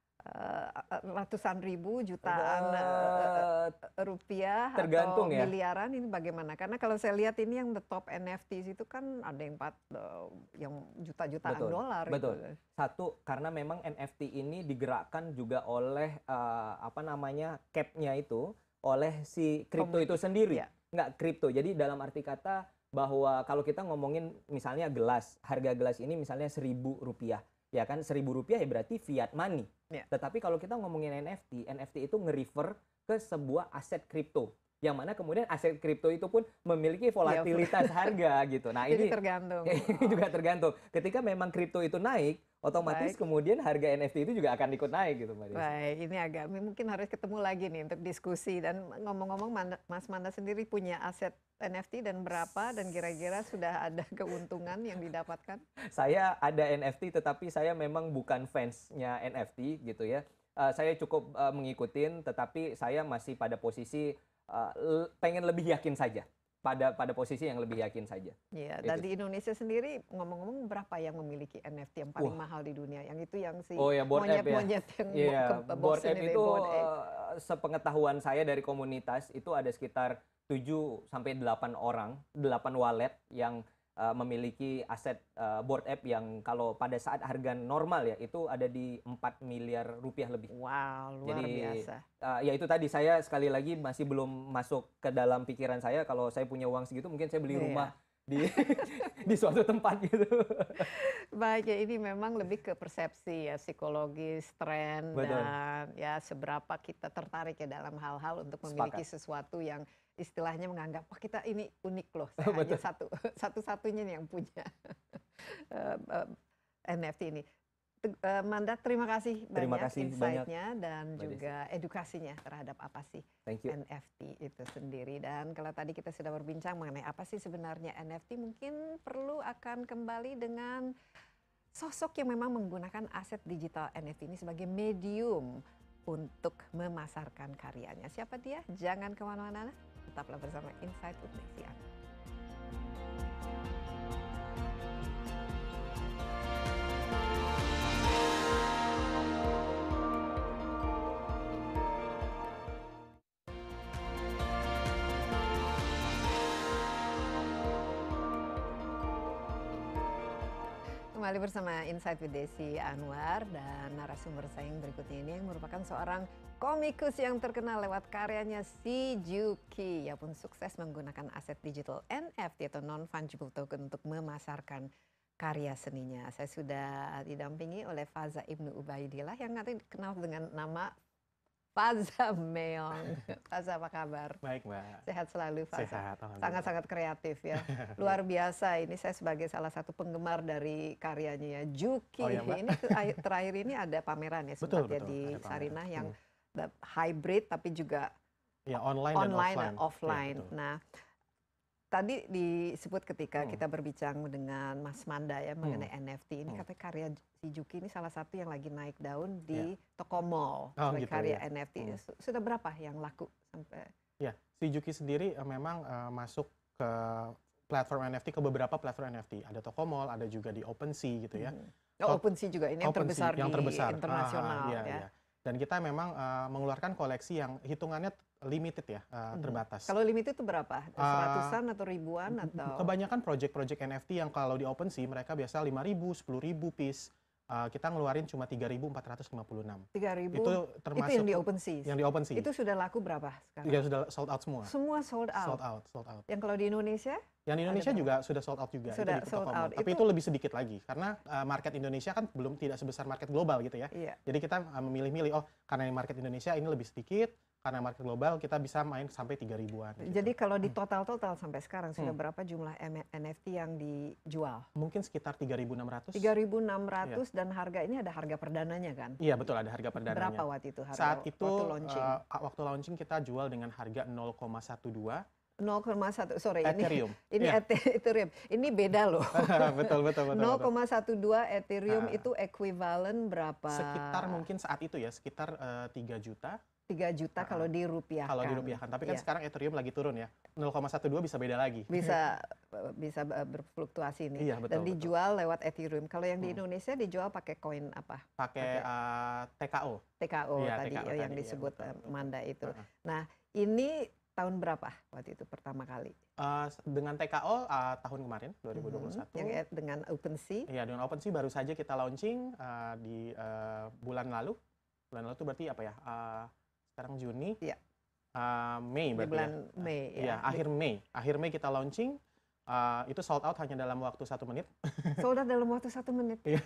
eh, ratusan ribu, jutaan eh, Eh, rupiah tergantung atau ya. miliaran ini bagaimana? Karena kalau saya lihat ini yang the top N F Ts itu kan ada yang empat eh, yang juta-jutaan Betul, dolar betul. itu. Satu, karena memang N F T ini digerakkan juga oleh eh, apa namanya cap-nya itu oleh si kripto itu Komunitas, sendiri, ya. nggak kripto. Jadi dalam arti kata bahwa kalau kita ngomongin misalnya gelas, harga gelas ini misalnya seribu rupiah, ya kan seribu rupiah ya berarti fiat money. Ya. Tetapi kalau kita ngomongin N F T, N F T itu nge-refer ke sebuah aset kripto, yang mana kemudian aset kripto itu pun memiliki volatilitas harga gitu. Nah Jadi ini tergantung. ini juga tergantung. Ketika memang kripto itu naik, otomatis Baik. kemudian harga N F T itu juga akan ikut naik gitu, Mbak Desi. Baik, ini agak mungkin harus ketemu lagi nih untuk diskusi. Dan ngomong-ngomong, Manda- Mas Manda sendiri punya aset N F T dan berapa? Dan kira-kira sudah ada keuntungan yang didapatkan? Saya ada N F T, tetapi saya memang bukan fansnya N F T gitu ya. Eh, saya cukup eh, mengikutin, tetapi saya masih pada posisi eh, l- pengen lebih yakin saja. Pada pada posisi yang lebih yakin saja. Iya, Itu. dan di Indonesia sendiri ngomong-ngomong berapa yang memiliki N F T yang paling Wah. mahal di dunia? Yang itu yang si Oh ya, Bored Ape ya. monyet-monyet yang Iya, bo- ke- Bored bosen Ape itu, itu Bored Ape. eh, sepengetahuan saya dari komunitas itu ada sekitar tujuh sampai delapan orang, delapan wallet yang eh, memiliki aset eh, Bored Ape yang kalau pada saat harga normal ya itu ada di empat miliar rupiah lebih. Wow, luar Jadi, biasa. Eh, ya itu tadi saya sekali lagi masih belum masuk ke dalam pikiran saya kalau saya punya uang segitu mungkin saya beli Iya. rumah di di suatu tempat gitu. Baik, ya ini memang lebih ke persepsi ya, psikologis, tren, Betul. dan ya seberapa kita tertarik ya dalam hal-hal untuk memiliki Sepakat. sesuatu yang istilahnya menganggap, wah kita ini unik loh, saya hanya Betul. satu, satu-satunya nih yang punya eh, eh, N F T ini. Te- eh, Manda, terima kasih Terima banyak kasih banyak, insight-nya dan Mbak Desi. juga edukasinya terhadap apa sih Thank you. N F T itu sendiri. Dan kalau tadi kita sudah berbincang mengenai apa sih sebenarnya N F T, mungkin perlu akan kembali dengan sosok yang memang menggunakan aset digital N F T ini sebagai medium untuk memasarkan karyanya. Siapa dia? Jangan kemana-mana, tetaplah bersama Insight with Desi Anwar. Kembali bersama Insight with Desi Anwar, dan narasumber saya yang berikutnya ini yang merupakan seorang komikus yang terkenal lewat karyanya si Juki. Ia pun sukses menggunakan aset digital N F T atau non-fungible token untuk memasarkan karya seninya. Saya sudah didampingi oleh Faza Ibnu Ubaidillah yang nanti dikenal dengan nama Faza Meong. Faza, apa kabar? Baik, Mbak. Sehat selalu, Faza. Sehat, alhamdulillah. Sangat-sangat kreatif ya. Luar biasa. Ini saya sebagai salah satu penggemar dari karyanya ya, Juki. Oh, ya, Mbak? Ini tuh akhir- terakhir ini ada pameran ya, Betul, sempat ya betul, di ada pameran. Sarinah yang Hmm. the- hybrid tapi juga Ya, online, online dan dan offline. offline. Ya, betul. Nah, tadi disebut ketika Hmm. kita berbincang dengan Mas Manda ya mengenai N F T ini, Hmm. katanya karya si Juki ini salah satu yang lagi naik daun di toko mall. Oh, sebagai gitu, karya ya. N F T. Hmm. Su- Sudah berapa yang laku sampai? Ya, si Juki sendiri eh, memang eh, masuk ke platform N F T, ke beberapa platform N F T. Ada toko mall, ada juga di OpenSea gitu ya. Hmm. Oh, OpenSea juga ini yang OpenSea, terbesar yang di terbesar. internasional Ah, iya, ya. iya. Dan kita memang eh, mengeluarkan koleksi yang hitungannya limited ya, eh, Mhm. terbatas. Kalau limit itu berapa? Ah, Seratusan atau ribuan atau? Kebanyakan project-project N F T yang kalau di OpenSea mereka biasa lima ribu, sepuluh ribu piece. Eh, kita ngeluarin cuma tiga ribu empat ratus lima puluh enam. tiga ribu. Itu Itu termasuk yang di OpenSea. yang di OpenSea. Itu sudah laku berapa sekarang? Ya, sudah sold out semua. Semua sold out. Sold out, sold out. Yang kalau di Indonesia? Yang di Indonesia berapa? juga sudah sold out juga. Sudah itu di sold toko out. mall. Tapi Itu- itu lebih sedikit lagi karena uh, market Indonesia kan belum tidak sebesar market global gitu ya. Iya. Jadi kita uh, memilih-milih, oh karena ini market Indonesia ini lebih sedikit, karena market global kita bisa main sampai tiga ribuan. Gitu. Jadi kalau di total-total sampai sekarang sudah Hmm. berapa jumlah N F T yang dijual? Mungkin sekitar tiga ribu enam ratus. tiga ribu enam ratus dan harga ini ada harga perdananya kan? Iya betul, ada harga perdananya. Berapa waktu itu harga Saat itu waktu launching? uh, waktu launching kita jual dengan harga nol koma dua belas nol koma satu sorry Ethereum. ini ini Iya. Ethereum. Ini beda loh. betul betul betul. nol betul. koma dua belas Ethereum Ah. itu ekuivalen berapa? Sekitar mungkin saat itu ya sekitar uh, tiga juta tiga juta Ah. kalau dirupiahkan. kalau dirupiahkan. Tapi kan Iya. sekarang Ethereum lagi turun ya. nol koma dua belas bisa beda lagi. bisa bisa berfluktuasi nih. Iya, betul, Dan betul. dijual lewat Ethereum. Kalau yang di Hmm. Indonesia dijual pakai koin apa? Pakai Oke. uh, T K O. T K O Iya, tadi T K O oh, yang tadi, iya, disebut betul, eh, betul. Manda itu. Uh-uh. Nah, ini tahun berapa waktu itu pertama kali? Uh, dengan T K O uh, tahun kemarin dua ribu dua puluh satu. Mhm. Yang e- dengan OpenSea. Iya, dengan OpenSea baru saja kita launching uh, di uh, bulan lalu. Bulan lalu itu berarti apa ya? Uh, sekarang Juni. Iya. Uh, Mei Di berarti bulan ya. Mei Iya, ya. akhir Mei. Akhir Mei kita launching. Uh, itu sold out hanya dalam waktu satu menit. Sold out dalam waktu satu menit. Iya.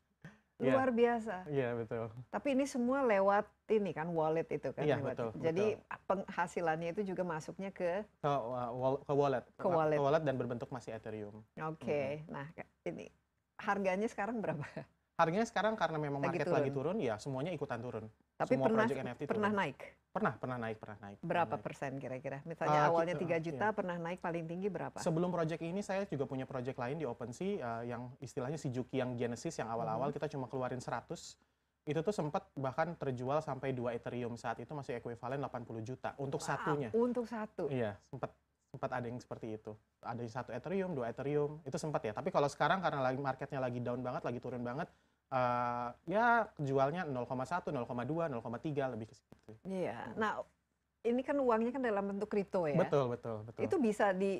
Luar biasa. Iya, betul. Tapi ini semua lewat ini kan wallet itu kan. Iya, lewat- betul, Jadi penghasilannya itu juga masuknya ke Ke, uh, wal- ke wallet. Ke wallet. dan berbentuk masih Ethereum. oke. Nah, ini harganya sekarang berapa? Harganya sekarang karena memang Lagi market turun. lagi turun, ya semuanya ikutan turun. Tapi Semua pernah project N F T pernah turun. naik. Pernah, pernah naik, pernah naik. pernah Berapa naik. persen kira-kira? Misalnya Ah, awalnya kita- tiga juta, iya. pernah naik paling tinggi berapa? Sebelum project ini saya juga punya project lain di OpenSea uh, yang istilahnya si Juki yang Genesis yang awal-awal Mhm. kita cuma keluarin seratus. Itu tuh sempat bahkan terjual sampai dua Ethereum, saat itu masih ekuivalen delapan puluh juta untuk Wow, satunya. Untuk satu. Iya, sempat sempat ada yang seperti itu. Ada yang satu Ethereum, dua Ethereum, itu sempat ya. Tapi kalau sekarang karena lagi marketnya lagi down banget, lagi turun banget, uh, ya jualnya nol koma satu, nol koma dua, nol koma tiga lebih ke situ. Iya. Nah, ini kan uangnya kan dalam bentuk kripto ya. Betul, betul, betul. Itu bisa di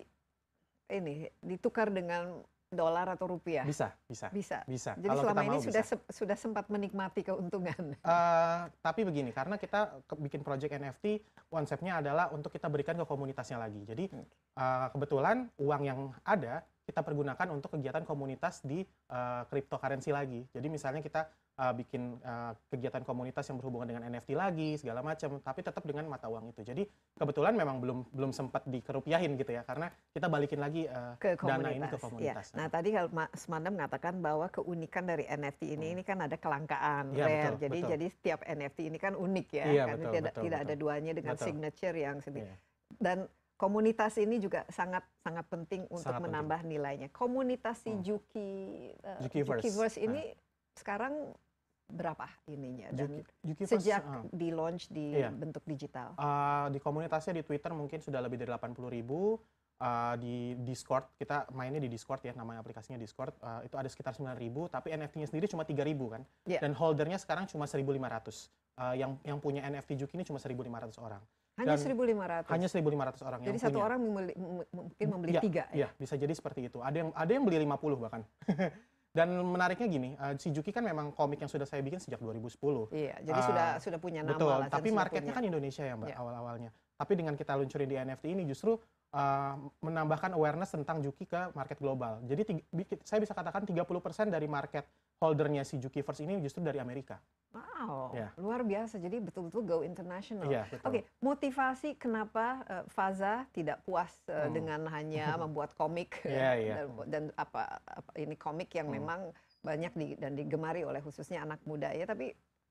ini ditukar dengan dolar atau rupiah. bisa, bisa, Bisa. bisa. Jadi Kalau selama kita ini mau sudah bisa. se- sudah sempat menikmati keuntungan. Eh, tapi begini, karena kita ke- bikin project N F T, konsepnya adalah untuk kita berikan ke komunitasnya lagi. Jadi Oke. eh, kebetulan uang yang ada kita pergunakan untuk kegiatan komunitas di eh, cryptocurrency lagi. Jadi misalnya kita eh, bikin eh, kegiatan komunitas yang berhubungan dengan N F T lagi segala macam, tapi tetap dengan mata uang itu. Jadi kebetulan memang belum belum sempat dikerupiahin gitu ya, karena kita balikin lagi eh, Ke dana komunitas. ini ke Ya. komunitas. Nah, tadi kalau Mas Manda mengatakan bahwa keunikan dari N F T ini Hmm. ini kan ada kelangkaan, Iya, rare. betul, jadi betul. jadi setiap N F T ini kan unik ya, Iya, kan betul, tidak betul, tidak ada betul. duanya dengan Betul. signature yang sedikit. Iya. Dan komunitas ini juga sangat sangat penting untuk Sangat penting. menambah nilainya. Komunitas si Hmm. Juki uh, Jukiverse. Jukiverse ini sekarang berapa ininya dan Juki- Jukiverse, sejak ah. di launch di Iya. bentuk digital. Uh, di komunitasnya di Twitter mungkin sudah lebih dari delapan puluh ribu. Uh, di Discord, kita mainnya di Discord ya, namanya aplikasinya Discord, uh, itu ada sekitar sembilan ribu, tapi N F T-nya sendiri cuma tiga ribu kan. Iya. Dan holdernya sekarang cuma seribu lima ratus. Uh, yang yang punya N F T Juki ini cuma seribu lima ratus orang. Hanya dan seribu lima ratus. Hanya seribu lima ratus orang Jadi yang satu punya. orang membeli, m- mungkin membeli Iya, tiga ya. Iya, bisa jadi seperti itu. Ada yang ada yang beli lima puluh bahkan. Dan menariknya gini, uh, si Juki kan memang komik yang sudah saya bikin sejak dua ribu sepuluh. Iya, jadi Ah, sudah sudah punya nama Betul, lah. dan tapi sudah marketnya punya- kan Indonesia ya Mbak Iya. awal-awalnya. Tapi dengan kita luncurin di N F T ini justru uh, menambahkan awareness tentang Juki ke market global. Jadi tig- bi- saya bisa katakan tiga puluh persen dari market holdernya si Jukiverse ini justru dari Amerika. Wow, Iya. luar biasa. Jadi betul-betul go international. Iya, betul. Oke, motivasi kenapa uh, Faza tidak puas uh, Hmm. dengan hanya membuat komik Iya, iya. dan, dan apa, apa ini komik yang Hmm. memang banyak di, dan digemari oleh khususnya anak muda ya, tapi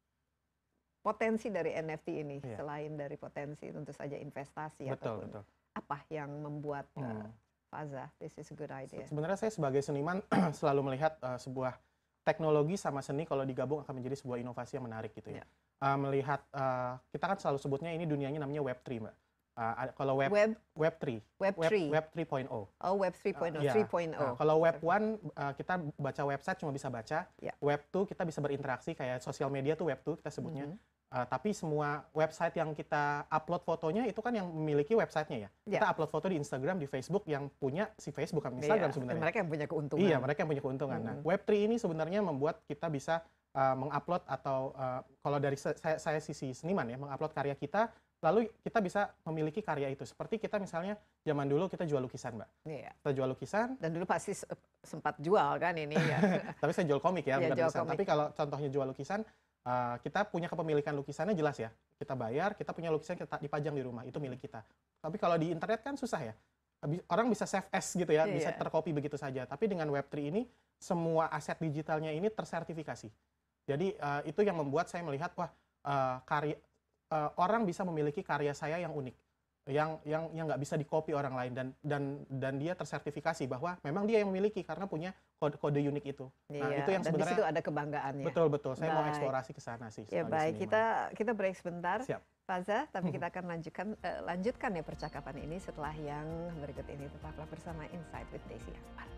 potensi dari N F T ini Iya. selain dari potensi tentu saja investasi Betul, ataupun betul. apa yang membuat uh, Hmm. Faza this is a good idea. Sebenarnya saya sebagai seniman selalu melihat uh, sebuah teknologi sama seni kalau digabung akan menjadi sebuah inovasi yang menarik gitu ya. Iya. Uh, melihat uh, kita kan selalu sebutnya ini dunianya namanya web tiga, Mbak. Uh, ada- kalau web Web web tiga, Web web three. web tiga titik nol. Oh, Web three point oh, Iya. three point Nah, oh. kalau web one uh, kita baca website cuma bisa baca. Ya. Web two kita bisa berinteraksi kayak sosial media tuh web two kita sebutnya. Mhm. Uh, tapi semua website yang kita upload fotonya itu kan yang memiliki websitenya ya. Ya. Kita upload foto di Instagram, di Facebook yang punya si Facebook kan Instagram Iya, sebenarnya. mereka yang punya keuntungan. Iya, mereka yang punya keuntungan. Nah, Mhm. web tiga ini sebenarnya membuat kita bisa uh, mengupload atau uh, kalau dari se- saya, saya sisi seniman ya, mengupload karya kita, lalu kita bisa memiliki karya itu. Seperti kita misalnya zaman dulu kita jual lukisan, Mbak. Iya. Kita jual lukisan, Dan dulu pasti se- sempat jual kan ini ya. tapi saya jual komik ya, Iya, bukan jual lukisan. komik. Tapi kalau contohnya jual lukisan, Uh, kita punya kepemilikan lukisannya jelas ya. Kita bayar, kita punya lukisan kita dipajang di rumah, itu milik kita. Tapi kalau di internet kan susah ya. Orang bisa save as gitu ya, yeah. bisa tercopy begitu saja. Tapi dengan web tiga ini, semua aset digitalnya ini tersertifikasi. Jadi uh, itu yang membuat saya melihat, wah uh, karya uh, orang bisa memiliki karya saya yang unik, yang yang yang nggak bisa dikopi orang lain, dan dan dan dia tersertifikasi bahwa memang dia yang memiliki karena punya kode, kode unik itu. Nah, iya, itu yang dan sebenarnya di situ ada kebanggaannya. Betul betul. Saya baik. mau eksplorasi ke sana sih. Ya baik, kita kita break sebentar. Siap. Faza, tapi kita akan lanjutkan uh, lanjutkan ya percakapan ini setelah yang berikut ini. Tetaplah bersama Insight with Desi Anwar.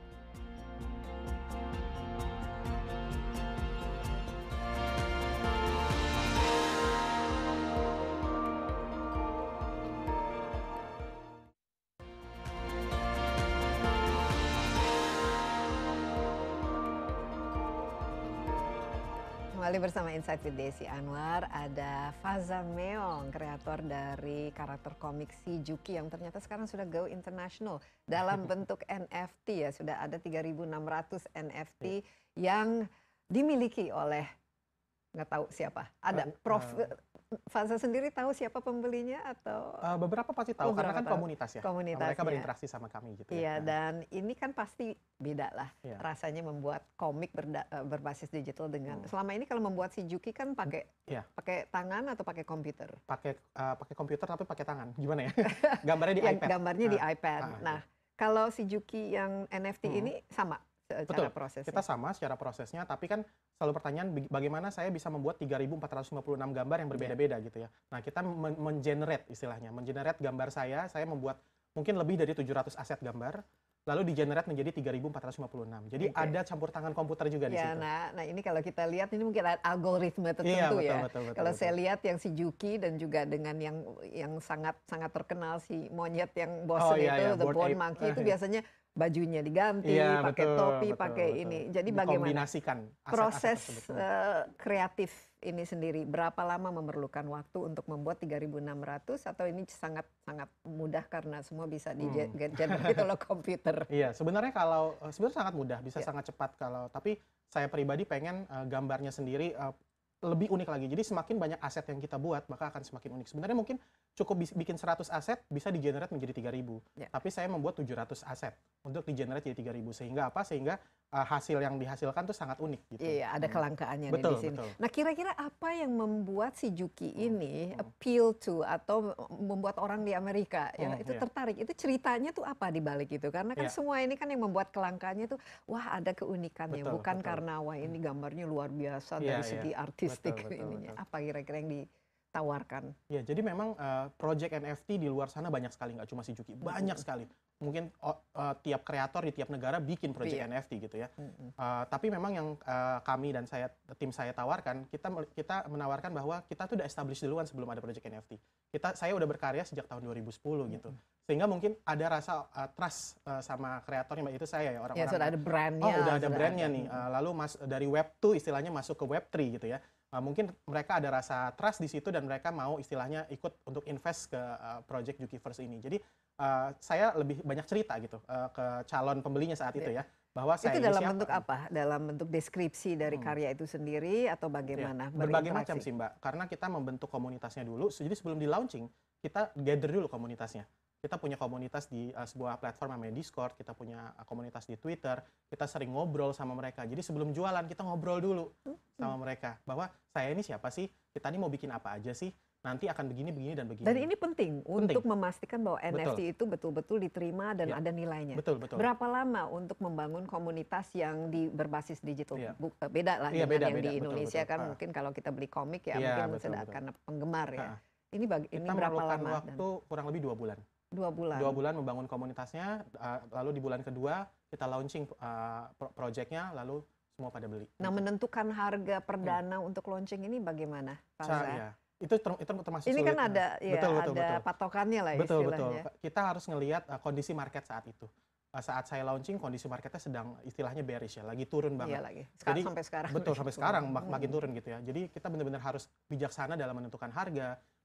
Kembali bersama Insight with Desi Anwar, ada Faza Meong, kreator dari karakter komik si Juki yang ternyata sekarang sudah go international dalam bentuk N F T ya. Sudah ada tiga ribu enam ratus N F T yang dimiliki oleh nggak tahu siapa. Ada Prof. Faza sendiri tahu siapa pembelinya atau? Uh, beberapa pasti tahu, beberapa karena kan tahu. komunitas ya. Komunitasnya. Mereka berinteraksi sama kami gitu Iya, ya. dan ini kan pasti beda lah ya. rasanya membuat komik berda, berbasis digital dengan hmm. selama ini kalau membuat si Juki kan pakai ya. pakai tangan atau pakai komputer? Pakai uh, pakai komputer tapi pakai tangan. Gimana ya? Gambarnya di ya, iPad. Gambarnya nah, di iPad. nah, nah, kalau si Juki yang N F T hmm. ini sama Betul. cara prosesnya? Kita sama secara prosesnya, tapi kan selalu pertanyaan bagaimana saya bisa membuat tiga ribu empat ratus lima puluh enam gambar yang berbeda-beda yeah. gitu ya. Nah, kita men-generate istilahnya, men-generate gambar saya, saya membuat mungkin lebih dari tujuh ratus aset gambar, lalu di-generate menjadi tiga ribu empat ratus lima puluh enam. Jadi okay. ada campur tangan komputer juga ya, di situ. Nah, nah ini kalau kita lihat ini mungkin ada algoritma tertentu iya, betul, ya. Betul, betul, kalau betul. saya lihat yang si Juki dan juga dengan yang yang sangat sangat terkenal si monyet yang Boston oh, iya, itu, iya. The Board Ape. Monkey itu biasanya bajunya diganti, iya, pakai betul, topi, betul, pakai betul. ini. Jadi bagaimana proses aset uh, kreatif ini sendiri? Berapa lama memerlukan waktu untuk membuat tiga ribu enam ratus atau ini sangat sangat mudah karena semua bisa di hmm. generate oleh komputer? Iya, sebenarnya kalau sebenarnya sangat mudah, bisa yeah. sangat cepat kalau. Tapi saya pribadi pengen uh, gambarnya sendiri uh, lebih unik lagi. Jadi semakin banyak aset yang kita buat, maka akan semakin unik. Sebenarnya mungkin cukup bikin seratus aset bisa di-generate menjadi tiga ribu. Yeah. Tapi saya membuat tujuh ratus aset untuk di-generate jadi tiga ribu. Sehingga apa? Sehingga uh, hasil yang dihasilkan tuh sangat unik gitu. Iya, ada kelangkaannya betul, di sini. Betul. Nah, kira-kira apa yang membuat si Juki ini hmm. appeal to atau membuat orang di Amerika ya hmm, itu yeah. tertarik? Itu ceritanya tuh apa di balik itu? Karena kan yeah. semua ini kan yang membuat kelangkaannya tuh wah ada keunikannya, betul, bukan betul. karena wah ini gambarnya luar biasa yeah, dari segi yeah. artistik betul, betul, ininya. betul. Apa kira-kira yang ditawarkan? Ya, jadi memang uh, project N F T di luar sana banyak sekali, nggak cuma si Juki, banyak mm-hmm. sekali. Mungkin uh, uh, tiap kreator di tiap negara bikin project yeah. N F T gitu ya. Mm-hmm. uh, tapi memang yang uh, kami dan saya tim saya tawarkan, kita kita menawarkan bahwa kita tuh udah establish duluan sebelum ada project N F T. Kita saya udah berkarya sejak tahun dua ribu sepuluh mm-hmm. gitu. Sehingga mungkin ada rasa uh, trust uh, sama kreatornya, itu saya ya orang-orang. Ya, sudah ada brandnya. Oh, udah ada brandnya nih. Uh, lalu mas dari web dua istilahnya masuk ke web tiga gitu ya. Uh, mungkin mereka ada rasa trust di situ dan mereka mau istilahnya ikut untuk invest ke uh, project Jukiverse ini. Jadi uh, saya lebih banyak cerita gitu uh, ke calon pembelinya saat yeah. itu ya. Bahwa saya itu dalam siapa. bentuk apa? Dalam bentuk deskripsi dari hmm. karya itu sendiri atau bagaimana? Ya, berbagai macam sih Mbak. Karena kita membentuk komunitasnya dulu. Jadi sebelum di launching, kita gather dulu komunitasnya. Kita punya komunitas di uh, sebuah platform namanya Discord, kita punya uh, komunitas di Twitter, kita sering ngobrol sama mereka. Jadi sebelum jualan kita ngobrol dulu hmm. sama mereka bahwa saya ini siapa sih, kita ini mau bikin apa aja sih, nanti akan begini, begini dan begini. Dan ini penting, penting. untuk memastikan bahwa betul. N F T itu betul-betul diterima dan ya. ada nilainya. Betul, betul. Berapa lama untuk membangun komunitas yang di berbasis digital? Ya. Beda lah ya, dengan beda, yang beda. di Indonesia betul, kan betul. mungkin kalau kita beli komik ya, ya mungkin betul, sudah betul. karena penggemar ya. Ha. Ini bagi, ini kita berapa lama? waktu dan... kurang lebih dua bulan. Dua bulan. Dua bulan membangun komunitasnya, uh, lalu di bulan kedua kita launching uh, projectnya, lalu semua pada beli. Nah, menentukan harga perdana hmm. untuk launching ini bagaimana, Faza? Ya. Itu, ter, itu termasuk ini sulit. kan ada, ya, betul, betul, ada betul. patokannya lah betul, istilahnya. Betul, kita harus ngelihat uh, kondisi market saat itu. Uh, saat saya launching, kondisi marketnya sedang istilahnya bearish ya, lagi turun banget. Iya lagi. Sekarang, Jadi, sampai sekarang. Betul, sampai sekarang mak makin turun gitu ya. Jadi kita benar-benar harus bijaksana dalam menentukan harga,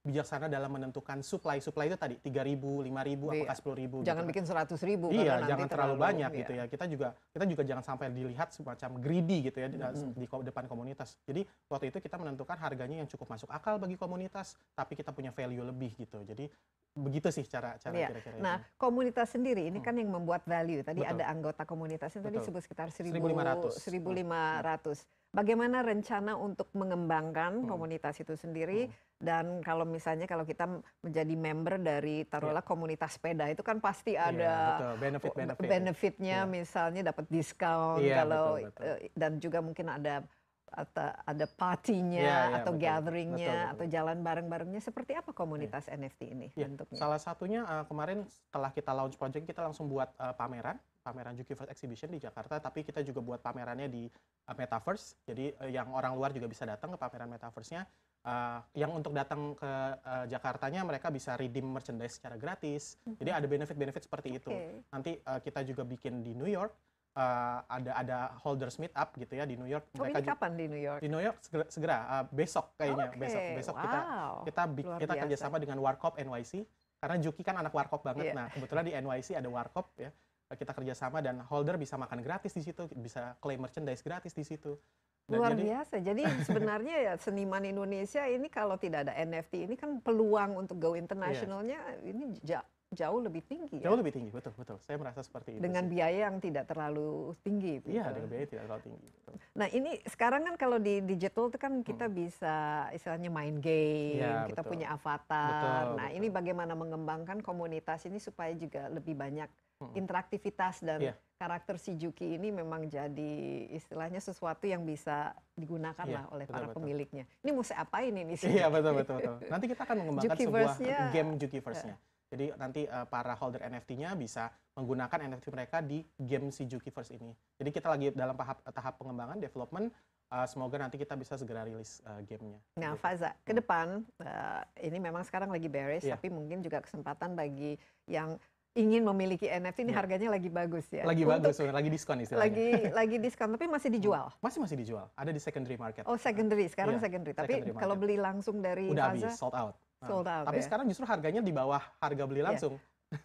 bijaksana dalam menentukan supply. Supply itu tadi tiga ribu, lima ribu, Iya. apakah sepuluh ribu. Jangan gitu. bikin seratus ribu. Iya, karena jangan nanti terlalu banyak iya. gitu ya. Kita juga kita juga jangan sampai dilihat semacam greedy gitu ya di, Mm-hmm. di ko- depan komunitas. Jadi waktu itu kita menentukan harganya yang cukup masuk akal bagi komunitas, tapi kita punya value lebih gitu. Jadi begitu sih cara cara Iya. kira-kira Nah, itu. komunitas sendiri ini kan yang membuat value. Tadi Betul. ada anggota komunitasnya tadi Betul. sebut sekitar seribu lima ratus. seribu lima ratus. Bagaimana rencana untuk mengembangkan Hmm. komunitas itu sendiri? Dan kalau misalnya kalau kita menjadi member dari taruhlah komunitas sepeda itu kan pasti Iya, ada betul. benefit-benefit. benefitnya, Iya. misalnya dapat diskon Iya, kalau betul, betul. eh, dan juga mungkin ada atau ada partinya Iya, iya, atau betul. gatheringnya Betul, betul. atau jalan bareng-barengnya. Seperti apa komunitas N F T ini Ya, bentuknya? salah satunya uh, kemarin setelah kita launch project kita langsung buat uh, pameran, pameran Jukiverse Exhibition di Jakarta, tapi kita juga buat pamerannya di uh, Metaverse. Jadi uh, yang orang luar juga bisa datang ke pameran Metaverse-nya. Uh, yang untuk datang ke uh, Jakartanya mereka bisa redeem merchandise secara gratis. Jadi ada benefit-benefit seperti itu. Oke. Nanti uh, kita juga bikin di New York. Uh, ada ada holders meet up gitu ya di New York. Oh, ini ju- kapan di New York? di New York segera, segera uh, besok kayaknya Oke, besok besok kita wow, kita bi- luar kita biasa. kerjasama dengan Warkop N Y C karena Juki kan anak Warkop banget. Iya. Nah kebetulan di N Y C ada Warkop ya, kita kerjasama dan holder bisa makan gratis di situ, bisa claim merchandise gratis di situ. Dan Luar jadi- biasa. Jadi sebenarnya ya seniman Indonesia ini kalau tidak ada N F T ini kan peluang untuk go internationalnya ini ja- jauh lebih tinggi ya. jauh lebih tinggi, betul betul. Saya merasa seperti itu. Dengan sih. biaya yang tidak terlalu tinggi. Iya, gitu. dengan biaya tidak terlalu tinggi. Betul. Nah ini sekarang kan kalau di digital itu kan kita bisa istilahnya main game, Iya, kita betul. punya avatar. Betul, Nah betul. ini bagaimana mengembangkan komunitas ini supaya juga lebih banyak Mm-mm. interaktivitas dan Iya. karakter si Juki ini memang jadi istilahnya sesuatu yang bisa digunakan Iya, lah oleh betul, para betul. pemiliknya. Ini mau saya apain ini sih? Iya betul betul betul. Nanti kita akan mengembangkan sebuah Jukiverse-nya- game Jukiverse-nya. Jadi nanti uh, para holder N F T-nya bisa menggunakan N F T mereka di game si Jukiverse ini. Jadi kita lagi dalam tahap tahap pengembangan development. Uh, semoga nanti kita bisa segera rilis uh, gamenya. Nah, Gitu. Faza, ke depan eh, ini memang sekarang lagi beres, Iya. tapi mungkin juga kesempatan bagi yang ingin memiliki N F T ini Iya. harganya lagi bagus ya. Lagi Untuk- bagus, sebenarnya, lagi diskon istilahnya. Lagi lagi diskon, tapi masih dijual. Masih masih dijual. Ada di secondary market. Oh secondary, sekarang Iya, secondary. Tapi secondary kalau market. beli langsung dari Udah Faza, habis, sold out. Nah, sold out Tapi ya. sekarang justru harganya di bawah harga beli Iya. langsung.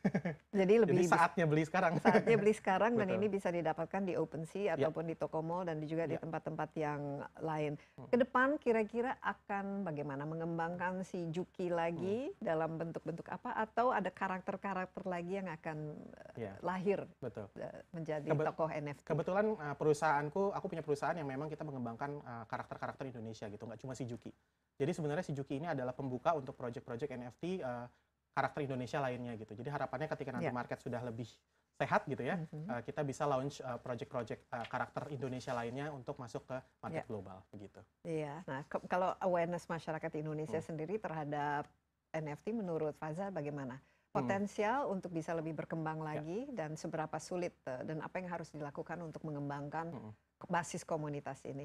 jadi lebih Jadi saatnya beli sekarang. saatnya beli sekarang dan Betul. ini bisa didapatkan di OpenSea ataupun di toko mall dan juga di Ya. tempat-tempat yang lain. Hmm. Ke depan kira-kira akan bagaimana mengembangkan si Juki lagi Hmm. dalam bentuk-bentuk apa atau ada karakter-karakter lagi yang akan eh, Ya, lahir betul. eh, menjadi Kebe- tokoh N F T. Kebetulan uh, perusahaanku, aku punya perusahaan yang memang kita mengembangkan uh, karakter-karakter Indonesia gitu, nggak cuma si Juki. Jadi sebenarnya si Juki ini adalah pembuka untuk project-project N F T uh, karakter Indonesia lainnya gitu. Jadi harapannya ketika nanti Ya. market sudah lebih sehat gitu ya, Mhm. uh, kita bisa launch uh, project-project uh, karakter Indonesia lainnya untuk masuk ke market Ya. global begitu. Iya. Nah, ke- kalau awareness masyarakat Indonesia Hmm. sendiri terhadap N F T menurut Faza bagaimana? Hmm. Potensial untuk bisa lebih berkembang Ya. lagi dan seberapa sulit eh, dan apa yang harus dilakukan untuk mengembangkan Hmm. basis komunitas ini?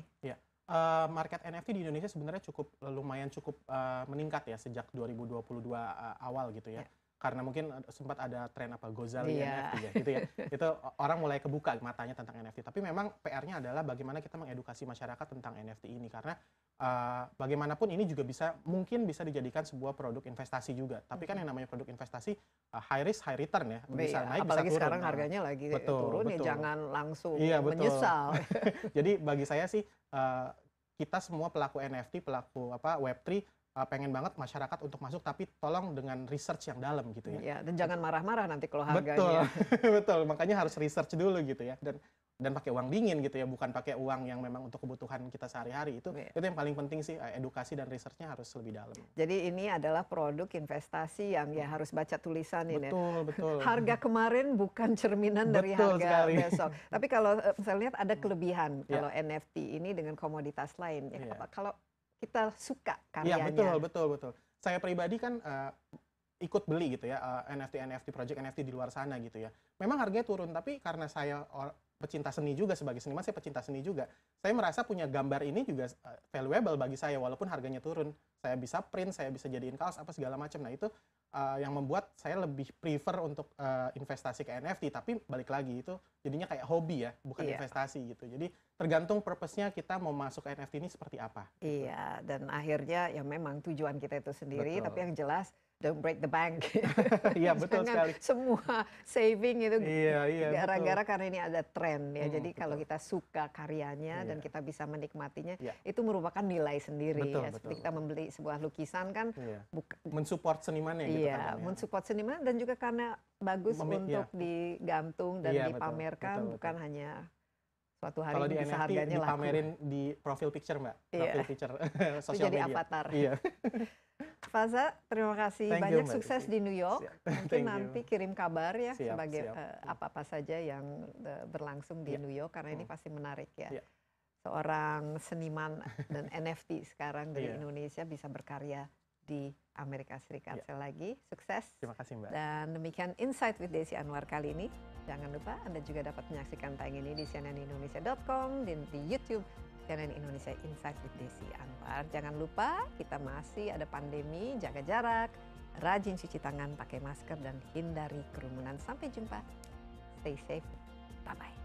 Uh, market N F T di Indonesia sebenarnya cukup lumayan cukup uh, meningkat ya sejak dua ribu dua puluh dua uh, awal gitu ya. Ya. Karena mungkin uh, sempat ada tren apa Gozali Iya. N F T ya gitu ya. Itu o- orang mulai kebuka matanya tentang N F T. Tapi memang P R-nya adalah bagaimana kita mengedukasi masyarakat tentang N F T ini karena uh, bagaimanapun ini juga bisa mungkin bisa dijadikan sebuah produk investasi juga. Tapi kan yang namanya produk investasi uh, high risk high return ya. Bisa Iya, naik apalagi bisa turun. sekarang Nah, harganya lagi betul, turun ya betul. jangan langsung Iya, betul. menyesal. Jadi bagi saya sih uh, kita semua pelaku N F T, pelaku apa web tiga uh, pengen banget masyarakat untuk masuk tapi tolong dengan research yang dalam gitu ya. Ya, dan jangan marah-marah nanti kalau harganya. Betul. Betul, makanya harus research dulu gitu ya. Dan dan pakai uang dingin gitu ya, bukan pakai uang yang memang untuk kebutuhan kita sehari-hari. Itu Iya. itu yang paling penting sih, uh, edukasi dan researchnya harus lebih dalam. Jadi ini adalah produk investasi yang ya harus baca tulisan ini. Betul, betul. Harga kemarin bukan cerminan dari Betul harga sekali. besok. Tapi kalau eh, saya lihat ada kelebihan Ya. kalau N F T ini dengan komoditas lain. Ya, Iya. apa- kalau kita suka Iya, karyanya. betul, betul, betul. Saya pribadi kan uh, ikut beli gitu ya uh, N F T N F T project N F T di luar sana gitu ya. Memang harganya turun tapi karena saya or- pecinta seni juga sebagai seniman saya pecinta seni juga. Saya merasa punya gambar ini juga uh, valuable bagi saya walaupun harganya turun. Saya bisa print, saya bisa jadiin kaos apa segala macam. Nah, itu uh, yang membuat saya lebih prefer untuk uh, investasi ke N F T. Tapi balik lagi itu jadinya kayak hobi ya, bukan Iya. investasi gitu. Jadi tergantung purpose-nya kita mau masuk ke N F T ini seperti apa. Iya, dan akhirnya ya memang tujuan kita itu sendiri, Betul. tapi yang jelas don't break the bank. Iya, betul Jangan sekali. semua saving itu Iya, iya, gara-gara karena ini ada tren ya. Hmm, Jadi kalau betul. kita suka karyanya dan Iya. kita bisa menikmatinya, Iya. itu merupakan nilai sendiri Betul, ya. Seperti betul. kita membeli sebuah lukisan kan, Iya. bukan Mensupport senimannya gitu iya, kan. ya. mensupport seniman dan juga karena bagus Memi- untuk iya. digantung dan Iya, betul, dipamerkan, betul, bukan betul. hanya suatu hari Kalau di bisa N F T harganya laku. dipamerin di profil picture, Mbak. Iya. Profil picture Itu sosial jadi media. avatar. Iya. Faza, terima kasih Thank you, banyak, Mbak sukses Desi. di New York. Siap. Mungkin Thank you. nanti kirim kabar ya Siap, sebagai siap. eh, apa-apa saja yang eh, berlangsung di Iya. New York karena ini Hmm. pasti menarik ya. Iya. Seorang seniman dan N F T sekarang dari Iya. Indonesia bisa berkarya di Amerika Serikat. Iya. Sekali lagi sukses. Terima kasih, Mbak. Dan demikian Insight with Desi Anwar kali ini. Jangan lupa Anda juga dapat menyaksikan tayang ini di c n n indonesia dot com dan di YouTube C N N Indonesia Insight with Desi Anwar. Jangan lupa kita masih ada pandemi, jaga jarak, rajin cuci tangan, pakai masker dan hindari kerumunan. Sampai jumpa. Stay safe. Bye bye.